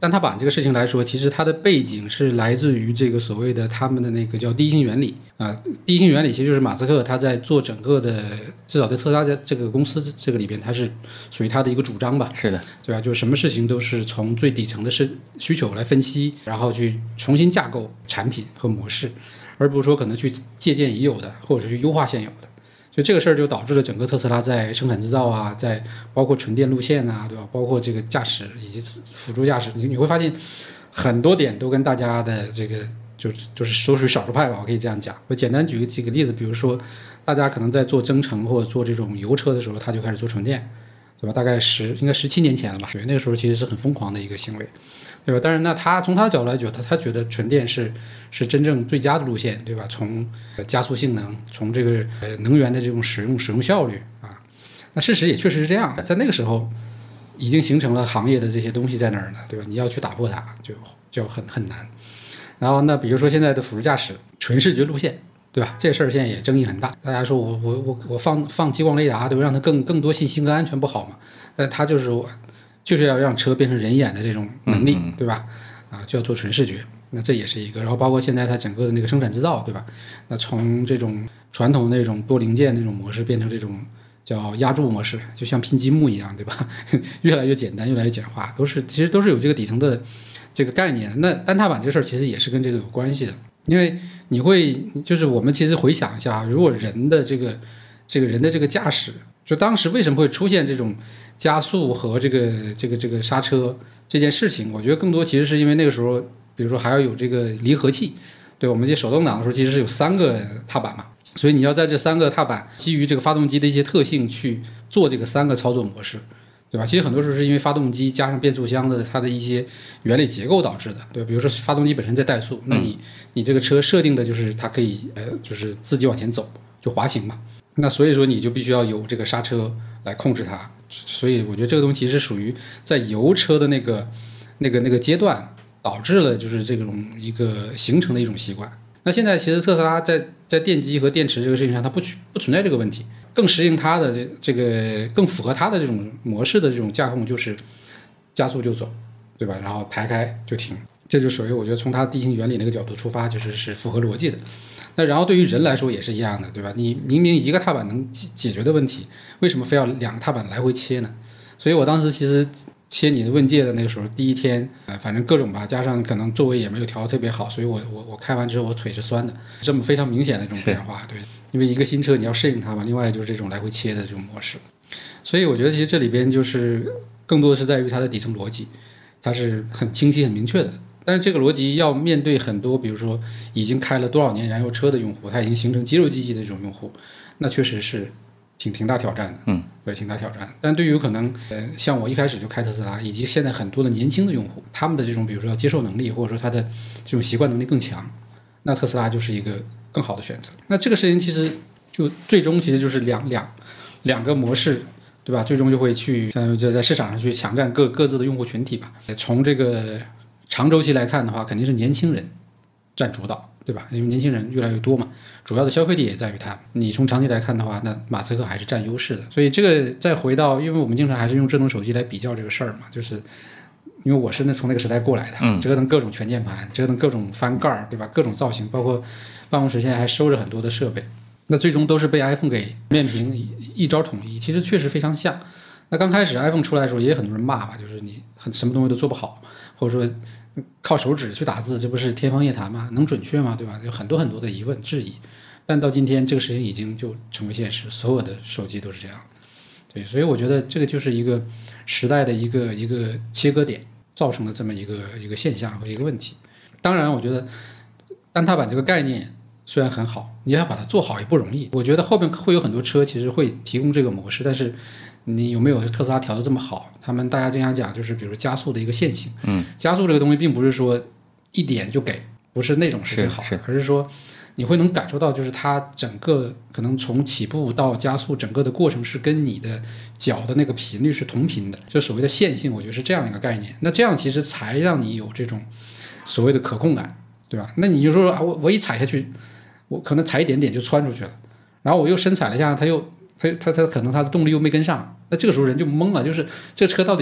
单踏板这个事情来说，其实它的背景是来自于这个所谓的他们的那个叫第一性原理啊。第一性原理其实就是马斯克他在做整个的，至少在特斯拉这个公司这个里边，它是属于他的一个主张吧。 是的， 对吧？就是什么事情都是从最底层的是需求来分析，然后去重新架构产品和模式，而不是说可能去借鉴已有的，或者是去优化现有的。所以这个事儿就导致了整个特斯拉在生产制造啊，在包括纯电路线啊，对吧？包括这个驾驶以及辅助驾驶，你你会发现很多点都跟大家的这个就就是都属于少数派吧，我可以这样讲。我简单举个几个例子，比如说大家可能在做增程或者做这种油车的时候，他就开始做纯电，对吧？大概十应该十七年前了吧？对，那个时候其实是很疯狂的一个行为，对吧？但是那他从他的角度来讲，他他觉得纯电是是真正最佳的路线，对吧？从加速性能，从这个呃能源的这种使用使用效率啊，那事实也确实是这样，在那个时候已经形成了行业的这些东西在那儿呢，对吧？你要去打破它就就很很难。然后那比如说现在的辅助驾驶纯视觉路线，对吧？这事儿现在也争议很大，大家说我我我我放放激光雷达，对吧？让它更更多信息跟安全不好嘛？但它就是我就是要让车变成人眼的这种能力，对吧？啊，就要做纯视觉。那这也是一个，然后包括现在它整个的那个生产制造，对吧？那从这种传统那种多零件那种模式变成这种叫压铸模式，就像拼积木一样，对吧？越来越简单，越来越简化，都是其实都是有这个底层的这个概念。那单踏板这个事儿其实也是跟这个有关系的，因为你会就是我们其实回想一下，如果人的这个这个人的这个驾驶，就当时为什么会出现这种加速和这个这个这个刹车这件事情，我觉得更多其实是因为那个时候。比如说还要有这个离合器，对，我们这手动挡的时候其实是有三个踏板嘛，所以你要在这三个踏板基于这个发动机的一些特性去做这个三个操作模式，对吧？其实很多时候是因为发动机加上变速箱的它的一些原理结构导致的，对吧？比如说发动机本身在怠速，那你你这个车设定的就是它可以呃就是自己往前走，就滑行嘛，那所以说你就必须要有这个刹车来控制它，所以我觉得这个东西其实是属于在油车的那个那个那个阶段。导致了就是这种一个形成的一种习惯。那现在其实特斯拉在在电机和电池这个事情上，它不不存在这个问题，更适应它的这这个更符合它的这种模式的这种架控，就是加速就走，对吧？然后排开就停，这就属于我觉得从它地形原理那个角度出发，就是是符合逻辑的。那然后对于人来说也是一样的，对吧？你明明一个踏板能解决的问题，为什么非要两个踏板来回切呢？所以我当时其实。切你的问界的那个时候，第一天，呃，反正各种吧，加上可能座位也没有调得特别好，所以我我我开完之后我腿是酸的，这么非常明显的这种变化，对，因为一个新车你要适应它嘛，另外就是这种来回切的这种模式，所以我觉得其实这里边就是更多的是在于它的底层逻辑，它是很清晰很明确的，但是这个逻辑要面对很多，比如说已经开了多少年燃油车的用户，它已经形成肌肉记忆的这种用户，那确实是。挺挺大挑战的， 嗯， 对，挺大挑战的。但对于可能，呃，像我一开始就开特斯拉，以及现在很多的年轻的用户，他们的这种，比如说要接受能力，或者说他的这种习惯能力更强，那特斯拉就是一个更好的选择。那这个事情其实就最终其实就是两两两个模式，对吧？最终就会去相当于在市场上去抢占各各自的用户群体吧。从这个长周期来看的话，肯定是年轻人占主导，对吧？因为年轻人越来越多嘛。主要的消费力也在于它。你从长期来看的话，那马斯克还是占优势的。所以这个再回到，因为我们经常还是用智能手机来比较这个事儿嘛，就是因为我是那从那个时代过来的， 嗯， 折腾各种全键盘，折腾各种翻盖，对吧？各种造型，包括办公室现在还收着很多的设备，那最终都是被 iPhone 给面屏一招统一。其实确实非常像。那刚开始 iPhone 出来的时候，也有很多人骂吧，就是你很什么东西都做不好，或者说靠手指去打字，这不是天方夜谭吗？能准确吗？对吧？有很多很多的疑问质疑。但到今天这个事情已经就成为现实，所有的手机都是这样。对，所以我觉得这个就是一个时代的一个一个切割点，造成了这么一个一个现象和一个问题。当然我觉得单踏板这个概念虽然很好，你要把它做好也不容易。我觉得后面会有很多车其实会提供这个模式，但是你有没有特斯拉调得这么好？他们大家经常讲就是比如加速的一个线性， 嗯， 加速这个东西并不是说一点就给，不是那种是最好的，而是说你会能感受到，就是它整个可能从起步到加速整个的过程是跟你的脚的那个频率是同频的，就所谓的线性，我觉得是这样一个概念。那这样其实才让你有这种所谓的可控感，对吧？那你就说啊，我我一踩下去，我可能踩一点点就窜出去了，然后我又深踩了一下，它又它它它可能它的动力又没跟上，那这个时候人就懵了，就是这个车到底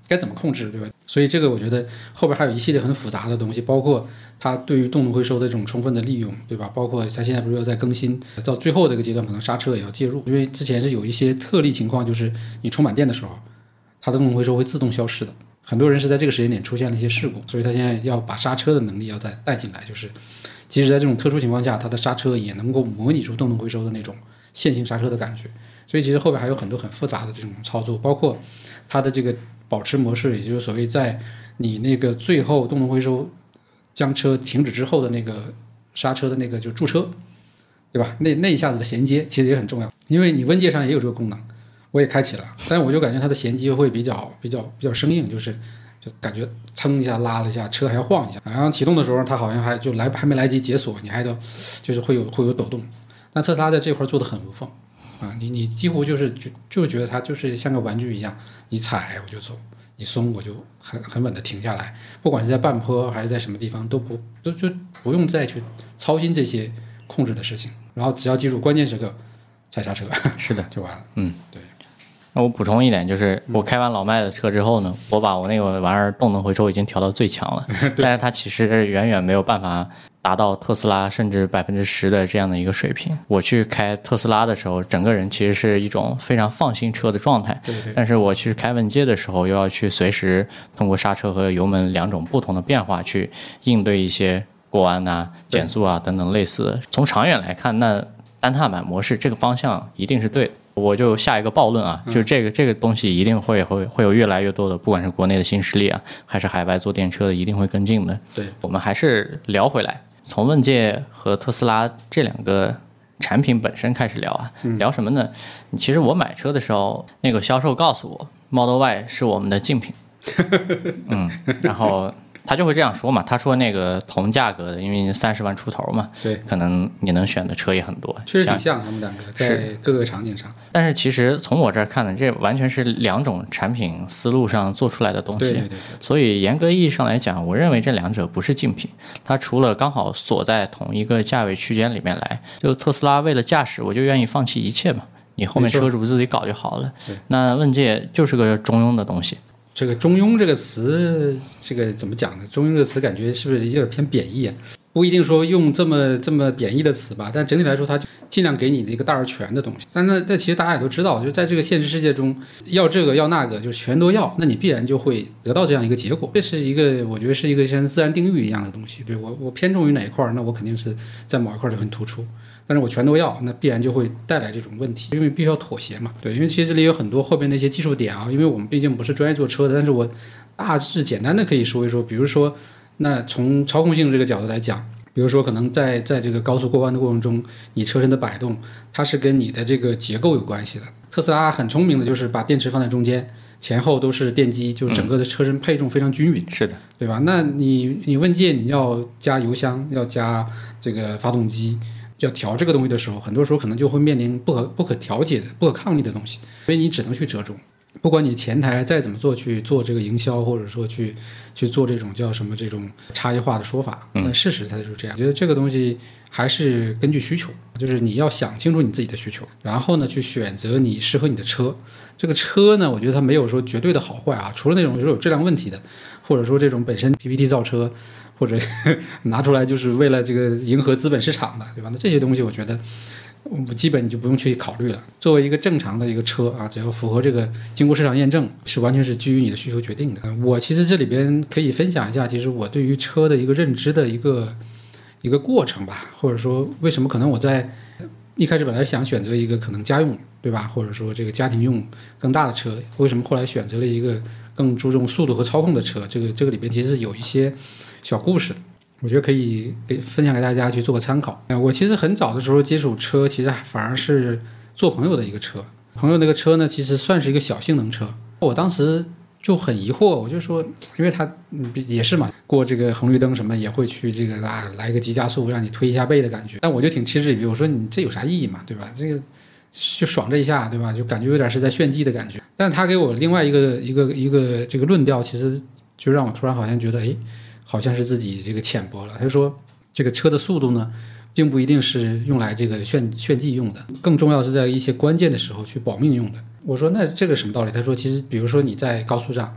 该怎么控制，对吧？所以这个我觉得后边还有一系列很复杂的东西，包括它对于动能回收的这种充分的利用，对吧？包括它现在不是要在更新，到最后这个阶段可能刹车也要介入，因为之前是有一些特例情况，就是你充满电的时候，它的动能回收会自动消失的。很多人是在这个时间点出现了一些事故，所以他现在要把刹车的能力要再带进来，就是即使在这种特殊情况下，它的刹车也能够模拟出动能回收的那种线性刹车的感觉。所以其实后边还有很多很复杂的这种操作，包括它的这个保持模式，也就是所谓在你那个最后动能回收将车停止之后的那个刹车的那个就驻车，对吧？那那一下子的衔接其实也很重要，因为你温界上也有这个功能，我也开启了，但是我就感觉它的衔接会比较比较比较生硬，就是就感觉蹭一下拉了一下，车还要晃一下，然后启动的时候它好像还就来还没来及解锁，你还得就是会有会有抖动。但特斯拉在这块做的很无缝。啊，你你几乎就是就就觉得它就是像个玩具一样，你踩我就走，你松我就很很稳的停下来，不管是在半坡还是在什么地方，都不都就不用再去操心这些控制的事情，然后只要记住关键时刻踩刹车， 是的， 就完了。 嗯， 对。 那我补充一点，就是我开完老迈的车之后呢，我把我那个玩意儿动能回收已经调到最强了，但是它其实远远没有办法达到特斯拉甚至百分之十的这样的一个水平。我去开特斯拉的时候，整个人其实是一种非常放心车的状态， 对对。 但是我去开问界的时候，又要去随时通过刹车和油门两种不同的变化去应对一些过弯啊、减速啊等等类似的。从长远来看，那单踏板模式这个方向一定是对的。我就下一个暴论啊，就是这个这个东西一定会会会有越来越多的，不管是国内的新势力啊，还是海外做电车的，一定会跟进的。 对， 我们还是聊回来，从问界和特斯拉这两个产品本身开始聊啊， 嗯、 聊什么呢？其实我买车的时候，那个销售告诉我 ，Model Y 是我们的竞品，嗯，然后他就会这样说嘛，他说那个同价格的，因为三十万出头嘛， 对， 可能你能选的车也很多， 确实挺像他们两个在各个场景上。 但是其实从我这儿看呢，这完全是两种产品思路上做出来的东西， 对对对对。 所以严格意义上来讲，我认为这两者不是竞品，它除了刚好锁在同一个价位区间里面来，就特斯拉为了驾驶，我就愿意放弃一切嘛，你后面车主自己搞就好了。那问界就是个中庸的东西。 这个中庸这个词，这个怎么讲呢？中庸这个词感觉是不是有点偏贬义啊？不一定说用这么这么贬义的词吧，但整体来说，它尽量给你的一个大而全的东西。但那但其实大家也都知道，就在这个现实世界中，要这个要那个，就全都要，那你必然就会得到这样一个结果。这是一个我觉得是一个像自然定律一样的东西。对我我偏重于哪一块，那我肯定是在某一块就很突出。但是我全都要，那必然就会带来这种问题，因为必须要妥协嘛。对，因为其实这里有很多后边的一些技术点啊，因为我们毕竟不是专业做车的，但是我大致简单的可以说一说，比如说，那从操控性这个角度来讲，比如说可能在在这个高速过弯的过程中，你车身的摆动，它是跟你的这个结构有关系的。特斯拉很聪明的就是把电池放在中间，前后都是电机，就整个的车身配重非常均匀， 嗯、是的， 对吧？那你你问界你要加油箱，要加这个发动机。要调这个东西的时候，很多时候可能就会面临不可不可调节的、不可抗力的东西，所以你只能去折中。不管你前台再怎么做去做这个营销，或者说去去做这种叫什么这种差异化的说法，那事实它就是这样。我觉得这个东西还是根据需求，就是你要想清楚你自己的需求，然后呢去选择你适合你的车。这个车呢，我觉得它没有说绝对的好坏啊，除了那种有质量问题的，或者说这种本身 P P T 造车。或者拿出来就是为了这个迎合资本市场的，对吧？那这些东西我觉得基本你就不用去考虑了。作为一个正常的一个车啊，只要符合这个经过市场验证，是完全是基于你的需求决定的。我其实这里边可以分享一下，其实我对于车的一个认知的一个一个过程吧，或者说为什么可能我在一开始本来想选择一个可能家用，对吧？或者说这个家庭用更大的车，为什么后来选择了一个更注重速度和操控的车？这个这个里边其实有一些小故事，我觉得可以给分享给大家去做个参考。我其实很早的时候接触车，其实反而是做朋友的一个车。朋友那个车呢，其实算是一个小性能车。我当时就很疑惑，我就说，因为他也是嘛，过这个红绿灯什么也会去这个啊来个急加速，让你推一下背的感觉。但我就挺嗤之以鼻，我说你这有啥意义嘛，对吧？这个就爽这一下，对吧？就感觉有点是在炫技的感觉。但他给我另外一个一个一个这个论调，其实就让我突然好像觉得，哎。好像是自己这个浅薄了。他说，这个车的速度呢，并不一定是用来这个炫炫技用的，更重要是在一些关键的时候去保命用的。我说那这个什么道理？他说，其实比如说你在高速上，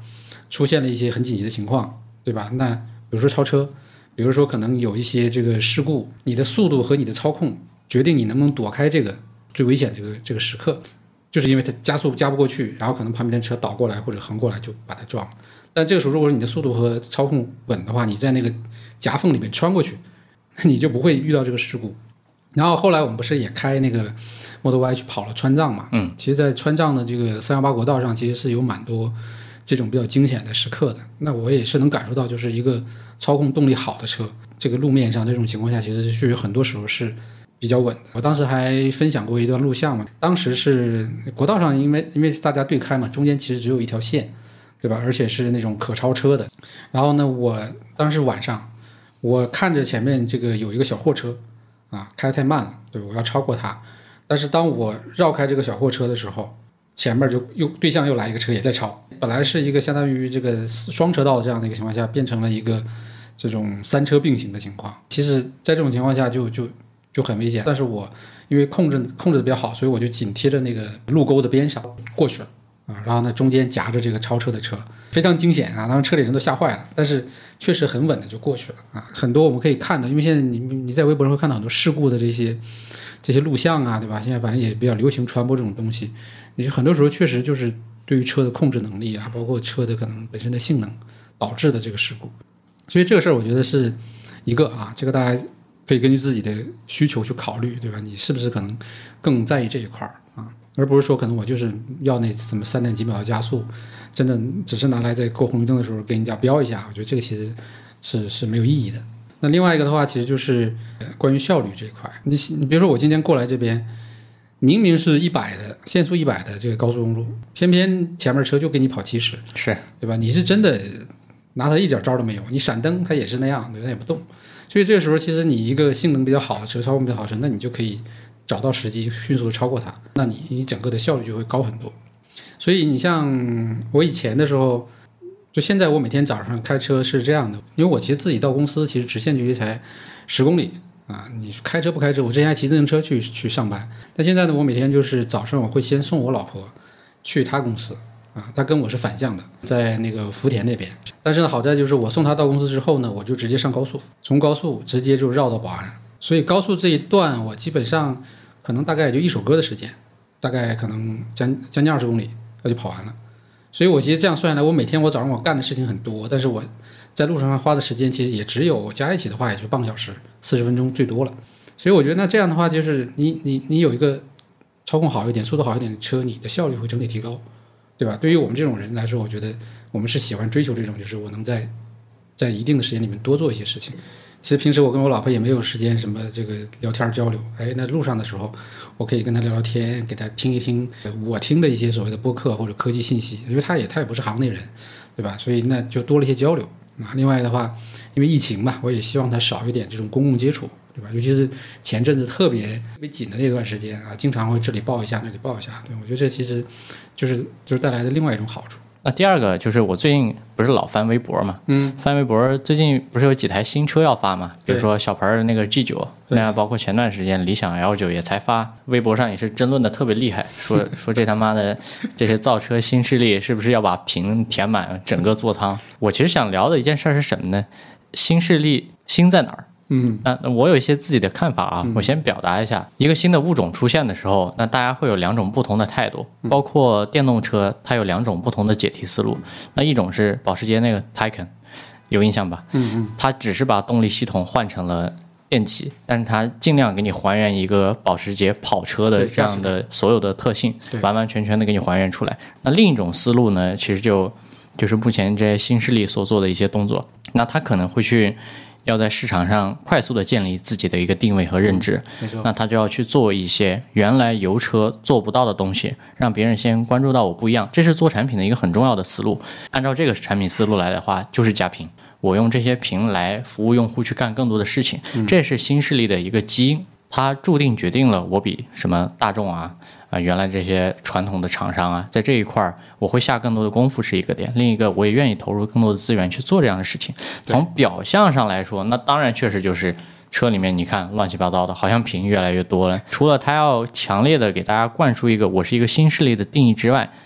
出现了一些很紧急的情况，对吧？那比如说超车，比如说可能有一些这个事故，你的速度和你的操控决定你能不能躲开这个最危险这个这个时刻，就是因为它加速加不过去，然后可能旁边的车倒过来或者横过来就把它撞了。但这个时候如果你的速度和操控稳的话，你在那个夹缝里面穿过去，你就不会遇到这个事故。然后后来我们不是也开那个 Model Y 去跑了川藏嘛？ 嗯， 其实，在川藏的这个三幺八国道上，其实是有蛮多这种比较惊险的时刻的。那我也是能感受到，就是一个操控动力好的车，这个路面上这种情况下，其实是有很多时候是比较稳的。我当时还分享过一段录像嘛，当时是国道上，因为因为大家对开嘛，中间其实只有一条线，对吧？而且是那种可超车的。然后呢，我当时晚上，我看着前面这个有一个小货车啊，开得太慢了，对，我要超过它。但是当我绕开这个小货车的时候，前面就又对向又来一个车也在超，本来是一个相当于这个双车道这样的一个情况下，变成了一个这种三车并行的情况。其实在这种情况下就就就很危险，但是我因为控制控制的比较好，所以我就紧贴着那个路沟的边上过去了啊，然后呢中间夹着这个超车的车，非常惊险啊，当时车里人都吓坏了，但是确实很稳的就过去了啊。很多我们可以看到，因为现在你你在微博上会看到很多事故的这些这些录像啊，对吧？现在反正也比较流行传播这种东西，你很多时候确实就是对于车的控制能力啊，包括车的可能本身的性能导致的这个事故。所以这个事儿我觉得是一个啊，这个大家可以根据自己的需求去考虑，对吧？你是不是可能更在意这一块儿啊，而不是说可能我就是要那什么三点几秒的加速，真的只是拿来在过红绿灯的时候给人家标一下，我觉得这个其实是是没有意义的。那另外一个的话，其实就是关于效率这一块。你你比如说我今天过来这边，明明是一百的限速一百的这个高速公路，偏偏前面车就给你跑七十， 是对吧？你是真的拿它一点招都没有，你闪灯它也是那样，它也不动。所以这个时候，其实你一个性能比较好的车，操控比较好的车，那你就可以找到时机，迅速的超过它，那你你整个的效率就会高很多。所以你像我以前的时候。就现在我每天早上开车是这样的，因为我其实自己到公司其实直线距离才十公里啊，你开车不开车，我之前还骑自行车去去上班，但现在呢，我每天就是早上我会先送我老婆去她公司啊，她跟我是反向的，在那个福田那边。但是呢，好在就是我送她到公司之后呢，我就直接上高速，从高速直接就绕到宝安，所以高速这一段我基本上可能大概也就一首歌的时间，大概可能将将近二十公里我就跑完了。所以我其实这样算下来，我每天我早上我干的事情很多，但是我在路上花的时间其实也只有加一起的话也就半个小时四十分钟最多了。所以我觉得那这样的话，就是你你你有一个操控好一点速度好一点的车，你的效率会整体提高，对吧？对于我们这种人来说，我觉得我们是喜欢追求这种，就是我能在在一定的时间里面多做一些事情。其实平时我跟我老婆也没有时间什么这个聊天交流，哎，那路上的时候我可以跟她聊聊天，给她听一听我听的一些所谓的播客或者科技信息，因为她也她也不是行内人，对吧？所以那就多了一些交流。啊，另外的话，因为疫情嘛，我也希望她少一点这种公共接触，对吧？尤其是前阵子特别特别紧的那段时间啊，经常会这里抱一下那里抱一下，对，我觉得这其实就是就是带来的另外一种好处。 那第二个就是我最近不是老翻微博嘛，嗯，翻微博最近不是有几台新车要发嘛，比如说小鹏的那个 G 九，那包括前段时间理想 L 九也才发，微博上也是争论的特别厉害，说说这他妈的这些造车新势力是不是要把屏填满整个座舱？我其实想聊的一件事是什么呢？新势力新在哪儿？嗯，那我有一些自己的看法啊，我先表达一下。一个新的物种出现的时候，那大家会有两种不同的态度，包括电动车，它有两种不同的解题思路。那一种是保时捷那个 Taycan， 有印象吧？嗯嗯，它只是把动力系统换成了电机，但是它尽量给你还原一个保时捷跑车的这样的所有的特性，完完全全的给你还原出来。那另一种思路呢，其实就就是目前这些新势力所做的一些动作，那它可能会去。要在市场上快速的建立自己的一个定位和认知，没错，那他就要去做一些原来油车做不到的东西，让别人先关注到我不一样，这是做产品的一个很重要的思路。按照这个产品思路来的话，就是加屏，我用这些屏来服务用户去干更多的事情，嗯、这是新势力的一个基因，它注定决定了我比什么大众啊。啊，原来这些传统的厂商啊，在这一块我会下更多的功夫是一个点，另一个我也愿意投入更多的资源去做这样的事情。从表象上来说，那当然确实就是车里面你看乱七八糟的，好像屏越来越多了。除了它要强烈的给大家灌输一个我是一个新势力的定义之外，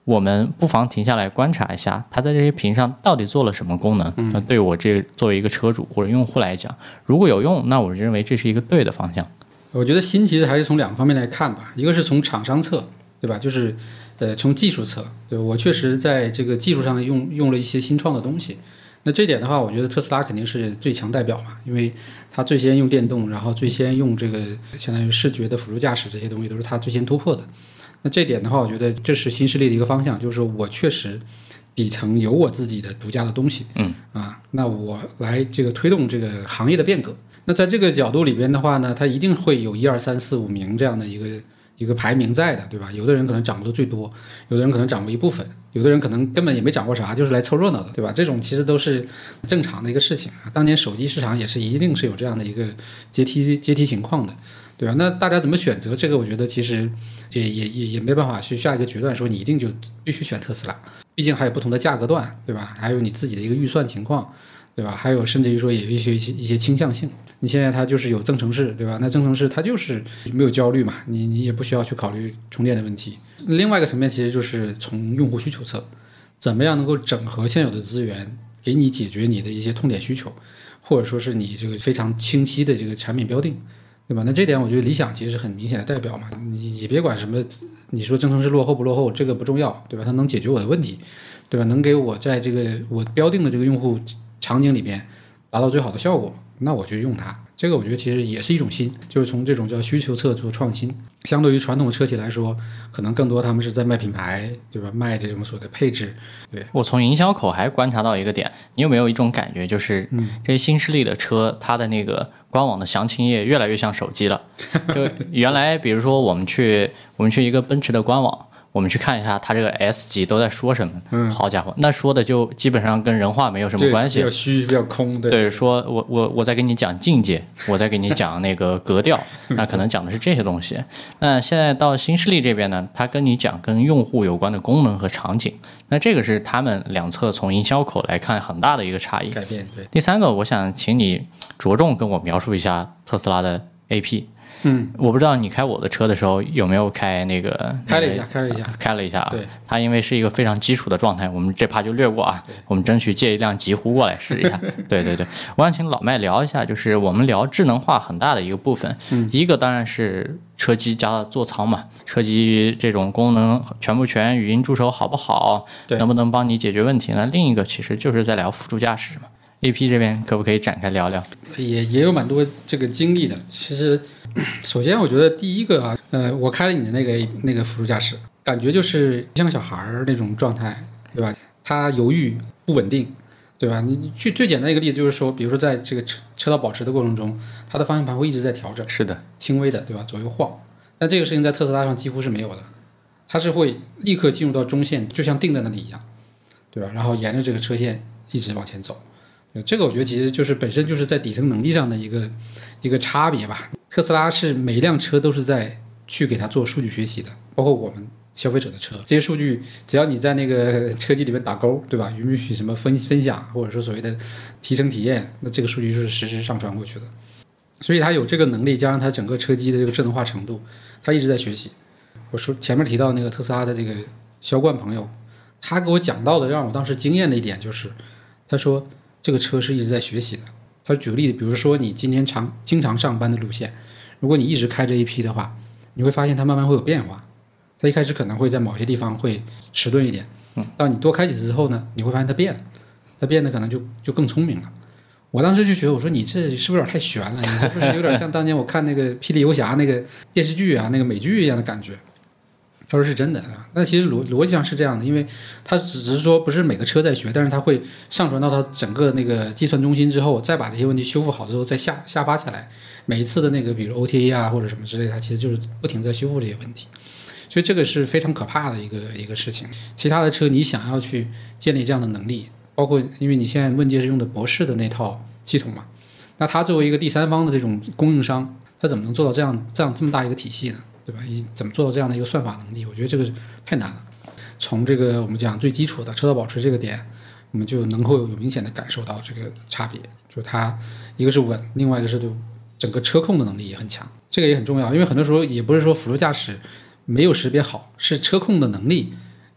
我们不妨停下来观察一下，它在这些屏上到底做了什么功能。那对我这作为一个车主或者用户来讲，如果有用，那我认为这是一个对的方向。 我觉得新其实还是从两个方面来看吧，一个是从厂商侧，对吧？就是呃从技术侧，对我确实在这个技术上用用了一些新创的东西。那这点的话，我觉得特斯拉肯定是最强代表嘛，因为它最先用电动，然后最先用这个相当于视觉的辅助驾驶这些东西都是它最先突破的。那这点的话，我觉得这是新势力的一个方向，就是说我确实底层有我自己的独家的东西， 嗯啊，那我来这个推动这个行业的变革。那在这个角度里边的话呢，它一定会有一二三四五名这样的一个一个排名在的，对吧？有的人可能掌握的最多，有的人可能掌握一部分，有的人可能根本也没掌握啥，就是来凑热闹的，对吧？这种其实都是正常的一个事情啊。当年手机市场也是一定是有这样的一个阶梯阶梯情况的，对吧？那大家怎么选择这个？我觉得其实也也也也没办法去下一个决断，说你一定就必须选特斯拉，毕竟还有不同的价格段，对吧？还有你自己的一个预算情况，对吧？还有甚至于说也有一些一些一些倾向性。你现在它就是有增程式，对吧？那增程式它就是没有焦虑嘛，你你也不需要去考虑充电的问题。另外一个层面其实就是从用户需求侧，怎么样能够整合现有的资源，给你解决你的一些痛点需求，或者说是你这个非常清晰的这个产品标定，对吧？那这点我觉得理想其实是很明显的代表嘛。你也别管什么，你说增程式落后不落后，这个不重要，对吧？它能解决我的问题，对吧？能给我在这个我标定的这个用户场景里边达到最好的效果，那我就用它。这个我觉得其实也是一种新，就是从这种叫需求侧做创新。相对于传统的车企来说，可能更多他们是在卖品牌，对吧？卖这种所谓的配置。对， 我从营销口还观察到一个点，你有没有一种感觉，就是这些新势力的车，它的那个官网的详情页越来越像手机了。就原来比如说我们去我们去一个奔驰的官网，我们去看一下它这个 S 级都在说什么。嗯，好家伙，那说的就基本上跟人话没有什么关系， 比较虚，比较空。对， 对，说我我我在给你讲境界，我在给你讲那个格调，那可能讲的是这些东西。那现在到新势力这边呢，它跟你讲跟用户有关的功能和场景，那这个是他们两侧从营销口来看很大的一个差异改变。对， 第三个，我想请你着重跟我描述一下特斯拉的 A P。 嗯， 我不知道你开我的车的时候有没有开那个， 开了一下，开了一下， 开了一下啊。 对， 它因为是一个非常基础的状态，我们这趴就略过啊。我们争取借一辆极狐过来试一下。对对对，我想请老麦聊一下，就是我们聊智能化很大的一个部分。嗯，一个当然是车机加座舱嘛，车机这种功能全不全，语音助手好不好，能不能帮你解决问题呢？另一个其实就是在聊辅助驾驶嘛。A P 这边可不可以展开聊聊？ 也也有蛮多这个经历的。其实，首先我觉得第一个啊，呃，我开了你的那个那个辅助驾驶，感觉就是像小孩儿那种状态，对吧？他犹豫不稳定，对吧？你最最简单一个例子就是说，比如说在这个车车道保持的过程中，它的方向盘会一直在调整， 是的， 轻微的，对吧？左右晃。但这个事情在特斯拉上几乎是没有的，它是会立刻进入到中线，就像定在那里一样，对吧？然后沿着这个车线一直往前走。这个我觉得其实就是本身就是在底层能力上的一个一个差别吧。特斯拉是每一辆车都是在去给它做数据学习的，包括我们消费者的车，这些数据只要你在那个车机里面打勾，对吧？允许什么分分享，或者说所谓的提升体验，那这个数据就是实时上传过去的。所以它有这个能力，加上它整个车机的这个智能化程度，它一直在学习。我说前面提到那个特斯拉的这个销冠朋友，他给我讲到的让我当时惊艳的一点就是，他说这个车是一直在学习的。他举个例子，比如说你今天常经常上班的路线，如果你一直开这一批的话，你会发现它慢慢会有变化。它一开始可能会在某些地方会迟钝一点，当你多开几次之后呢，你会发现它变了，它变得可能就就更聪明了。我当时就觉得，我说你这是不是有点太悬了？你是不是有点像当年我看那个《霹雳游侠》那个电视剧啊，那个美剧一样的感觉？他说是真的啊，那其实逻逻辑上是这样的，因为它只是说不是每个车在学，但是它会上传到它整个那个计算中心之后，再把这些问题修复好之后再下下发下来。每一次的那个比如 O T A 啊或者什么之类的，它其实就是不停在修复这些问题，所以这个是非常可怕的一个一个事情。其他的车你想要去建立这样的能力，包括因为你现在问界是用的博世的那套系统嘛，那它作为一个第三方的这种供应商，它怎么能做到这样这样这么大一个体系呢？对吧？怎么做到这样的一个算法能力？我觉得这个太难了。从这个我们讲最基础的车道保持这个点，我们就能够有明显的感受到这个差别，就是它一个是稳，另外一个是整个车控的能力也很强，这个也很重要。因为很多时候也不是说辅助驾驶没有识别好，是车控的能力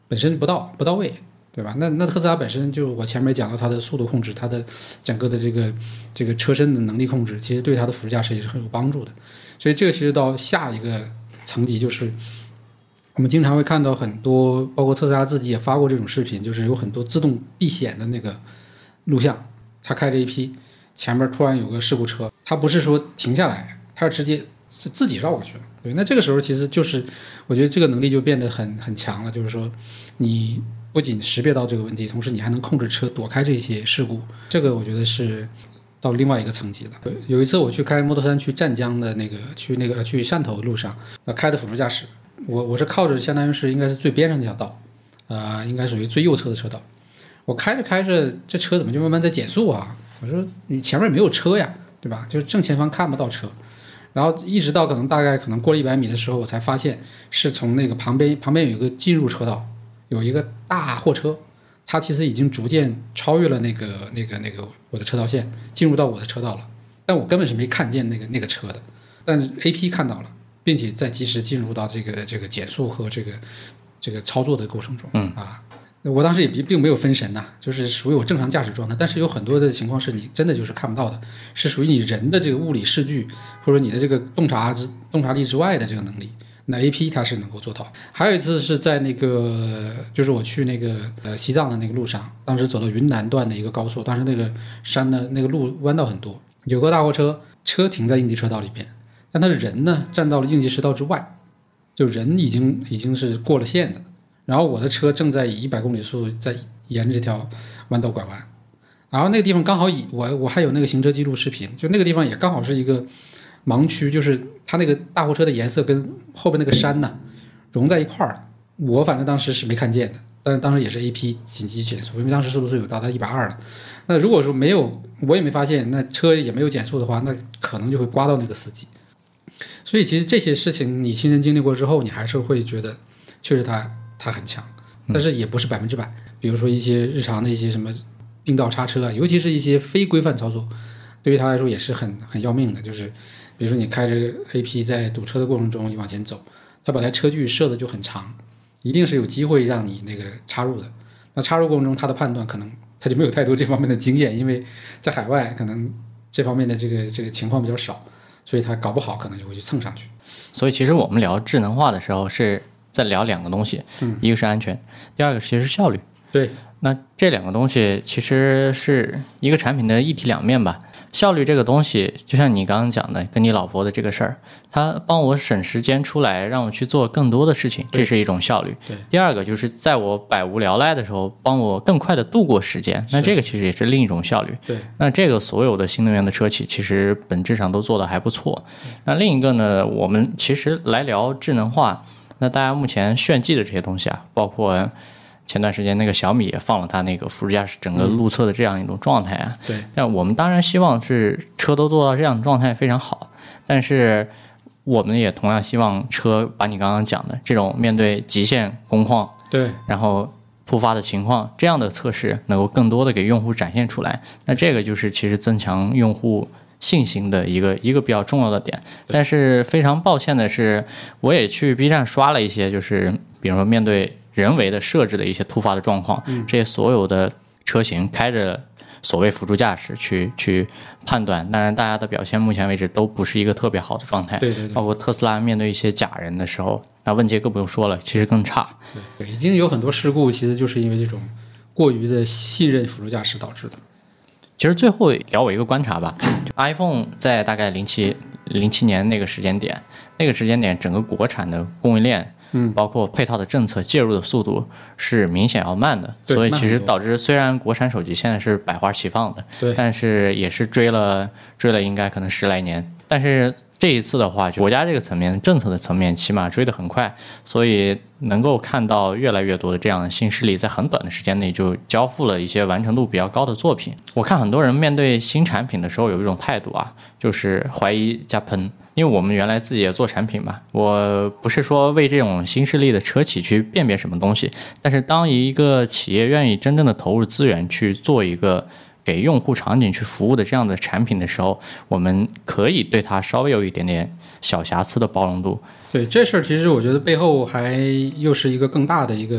本身不到不到位，对吧？那那特斯拉本身就我前面讲到它的速度控制，它的整个的这个这个车身的能力控制，其实对它的辅助驾驶也是很有帮助的。所以这个其实到下一个层级就是。我们经常会看到很多，包括特斯拉自己也发过这种视频，就是有很多自动避险的那个录像。他开着一批，前面突然有个事故车，他不是说停下来，他是直接是自己绕过去了。对，那这个时候其实就是我觉得这个能力就变得很很强了，就是说你不仅识别到这个问题，同时你还能控制车躲开这些事故，这个我觉得是到另外一个层级了。有一次我去开 Model 三去湛江的那个去那个去汕头的路上，呃，开的辅助驾驶。我我是靠着相当于是应该是最边上那条道，呃，应该属于最右侧的车道。我开着开着，这车怎么就慢慢在减速啊？我说你前面没有车呀，对吧？就是正前方看不到车。然后一直到可能大概可能过了一百米的时候，我才发现是从那个旁边旁边有一个进入车道，有一个大货车，它其实已经逐渐超越了那个那个那个我的车道线，进入到我的车道了。但我根本是没看见那个那个车的，但是 A P 看到了。并且在及时进入到这个这个减速和这个这个操作的过程中， 嗯啊，我当时也并没有分神呐、啊，就是属于我正常驾驶状态。但是有很多的情况是你真的就是看不到的，是属于你人的这个物理视距或者你的这个洞察之洞察力之外的这个能力。那 A P 它是能够做到。还有一次是在那个就是我去那个呃西藏的那个路上，当时走到云南段的一个高速，当时那个山的那个路弯道很多，有个大货车车停在应急车道里边。但他的人呢站到了应急车道之外，就人已经已经是过了线的，然后我的车正在以一百公里速在沿着这条弯道拐弯，然后那个地方刚好以我我还有那个行车记录视频，就那个地方也刚好是一个盲区，就是它那个大货车的颜色跟后边那个山呢融在一块儿了，我反正当时是没看见的，但是当时也是 A P 紧急减速，因为当时速度是有达到一百二的。那如果说没有我也没发现，那车也没有减速的话，那可能就会刮到那个司机。所以其实这些事情你亲身经历过之后，你还是会觉得确实它它很强，但是也不是百分之百。比如说一些日常的一些什么并道刹车啊，尤其是一些非规范操作，对于他来说也是很很要命的。就是比如说你开着 A P 在堵车的过程中你往前走，他把台车距设的就很长，一定是有机会让你那个插入的。那插入过程中他的判断可能他就没有太多这方面的经验，因为在海外可能这方面的这个这个情况比较少。所以他搞不好可能就会去蹭上去。 所以其实我们聊智能化的时候是在聊两个东西， 嗯， 一个是安全，第二个其实是效率。 对， 那这两个东西其实是一个产品的一体两面吧。效率这个东西，就像你刚刚讲的，跟你老婆的这个事儿，她帮我省时间出来，让我去做更多的事情，这是一种效率。 对。 第二个就是在我百无聊赖的时候，帮我更快的度过时间，那这个其实也是另一种效率。 对。 那这个所有的新能源的车企其实本质上都做得还不错。那另一个呢，我们其实来聊智能化，那大家目前炫技的这些东西啊，包括前段时间那个小米也放了它那个辅助驾驶整个路测的这样一种状态啊， 嗯、对， 那我们当然希望是车都做到这样的状态非常好，但是我们也同样希望车把你刚刚讲的这种面对极限工况， 对， 然后突发的情况这样的测试能够更多的给用户展现出来，那这个就是其实增强用户信心的一个一个比较重要的点。但是非常抱歉的是，我也去 B 站刷了一些，就是比如说面对人为的设置的一些突发的状况， 嗯、 这些所有的车型开着所谓辅助驾驶去去判断，当然大家的表现目前为止都不是一个特别好的状态。 对对对， 包括特斯拉面对一些假人的时候，那问界更不用说了，其实更差。 对对，已经有很多事故，其实就是因为这种过于的信任辅助驾驶导致的。 其实最后聊我一个观察吧，就 iPhone 在大概零七零七年那个时间点，那个时间点整个国产的供应链。 嗯， 包括配套的政策介入的速度是明显要慢的，所以其实导致虽然国产手机现在是百花齐放的， 对， 但是也是追了追了应该可能十来年，但是这一次的话，国家这个层面政策的层面起码追得很快，所以能够看到越来越多的这样的新势力在很短的时间内就交付了一些完成度比较高的作品。我看很多人面对新产品的时候有一种态度啊，就是怀疑加喷。因为我们原来自己也做产品嘛，我不是说为这种新势力的车企去辨别什么东西，但是当一个企业愿意真正的投入资源去做一个给用户场景去服务的这样的产品的时候，我们可以对它稍微有一点点小瑕疵的包容度。 对，这事儿其实我觉得背后还又是一个更大的一个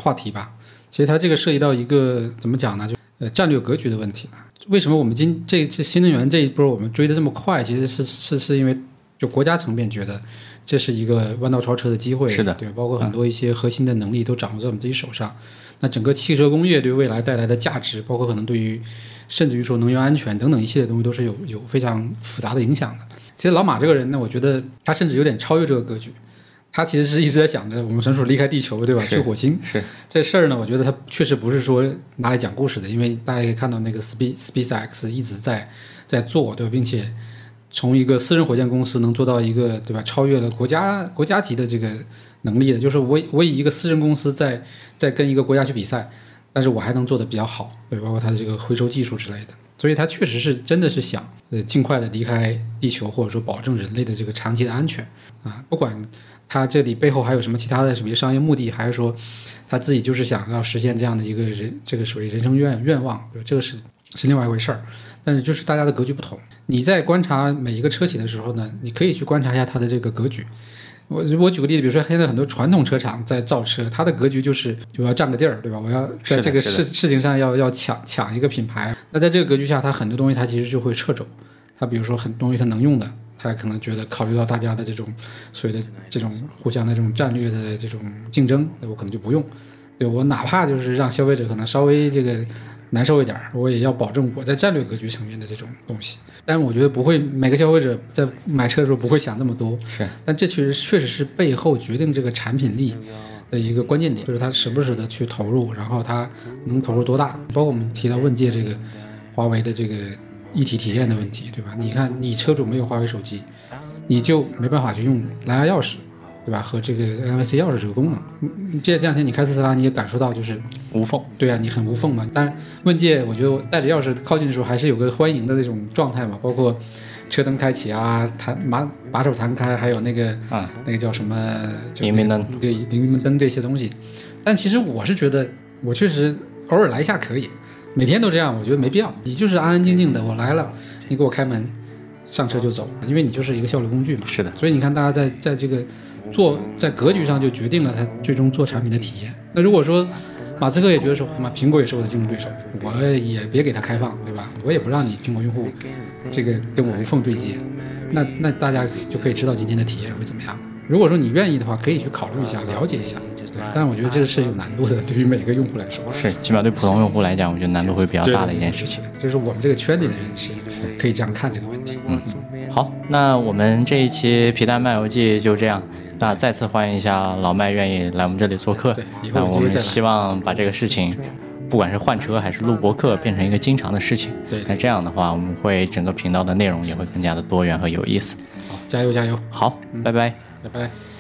话题吧。其实它这个涉及到一个怎么讲呢，就呃战略格局的问题了。为什么我们今这次新能源这一波我们追得这么快？其实是是是因为就国家层面觉得这是一个弯道超车的机会， 是的， 对，包括很多一些核心的能力都掌握在我们自己手上。那整个汽车工业对未来带来的价值，包括可能对于甚至于说能源安全等等一系列东西，都是有有非常复杂的影响的。其实老马这个人呢，我觉得他甚至有点超越这个格局。他其实是一直在想着我们什么时候离开地球，对吧？去火星。 是这事儿呢，我觉得他确实不是说拿来讲故事的，因为大家可以看到那个 Space SpaceX 一直在在做，对吧？并且从一个私人火箭公司能做到一个，对吧？超越了国家国家级的这个能力的，就是我我以一个私人公司在在跟一个国家去比赛，但是我还能做得比较好，对，包括它的这个回收技术之类的。所以他确实是真的是想呃尽快的离开地球，或者说保证人类的这个长期的安全啊，不管他这里背后还有什么其他的什么商业目的，还是说他自己就是想要实现这样的一个人这个属于人生愿愿望，这个是是另外一回事儿。但是就是大家的格局不同，你在观察每一个车企的时候呢，你可以去观察一下它的这个格局。我我举个例子，比如说现在很多传统车厂在造车，它的格局就是我要占个地儿，对吧？我要在这个事事情上要要抢抢一个品牌。那在这个格局下，它很多东西它其实就会掣肘。它比如说很多东西它能用的，它可能觉得考虑到大家的这种所谓的这种互相的这种战略的这种竞争，我可能就不用。对，我哪怕就是让消费者可能稍微这个难受一点，我也要保证我在战略格局层面的这种东西。但是我觉得不会，每个消费者在买车的时候不会想这么多。 是， 但这确实确实是背后决定这个产品力的一个关键点，就是他舍不舍得去投入，然后他能投入多大。包括我们提到问界这个华为的这个一体体验的问题，对吧？你看，你车主没有华为手机，你就没办法去用蓝牙钥匙，对吧？和这个 N F C 钥匙这个功能，这这两天你开特斯拉，你也感受到就是无缝。 对啊，你很无缝嘛。但是问界，我觉得带着钥匙靠近的时候，还是有个欢迎的那种状态嘛。包括车灯开启啊，弹把把手弹开，还有那个啊，那个叫什么迎宾灯， 对，迎宾灯这些东西。但其实我是觉得，我确实偶尔来一下可以，每天都这样，我觉得没必要。你就是安安静静的，我来了，你给我开门，上车就走，因为你就是一个效率工具嘛。 是的。 所以你看，大家在在这个做在格局上就决定了他最终做产品的体验。那如果说马斯克也觉得说，妈，苹果也是我的竞争对手，我也别给他开放，对吧？我也不让你苹果用户这个跟我无缝对接，那那大家就可以知道今天的体验会怎么样。如果说你愿意的话，可以去考虑一下，了解一下。对，但我觉得这个是有难度的，对于每个用户来说。 是，起码对普通用户来讲，我觉得难度会比较大的一件事情。 就是我们这个圈里的人是可以这样看这个问题。 嗯，好，那我们这一期皮蛋漫游记就这样。那再次欢迎一下老麦愿意来我们这里做客。那我们希望把这个事情，不管是换车还是录播客，变成一个经常的事情。 对， 那这样的话，我们会整个频道的内容也会更加的多元和有意思。 好，加油加油！ 好， 嗯、 拜拜， 拜拜。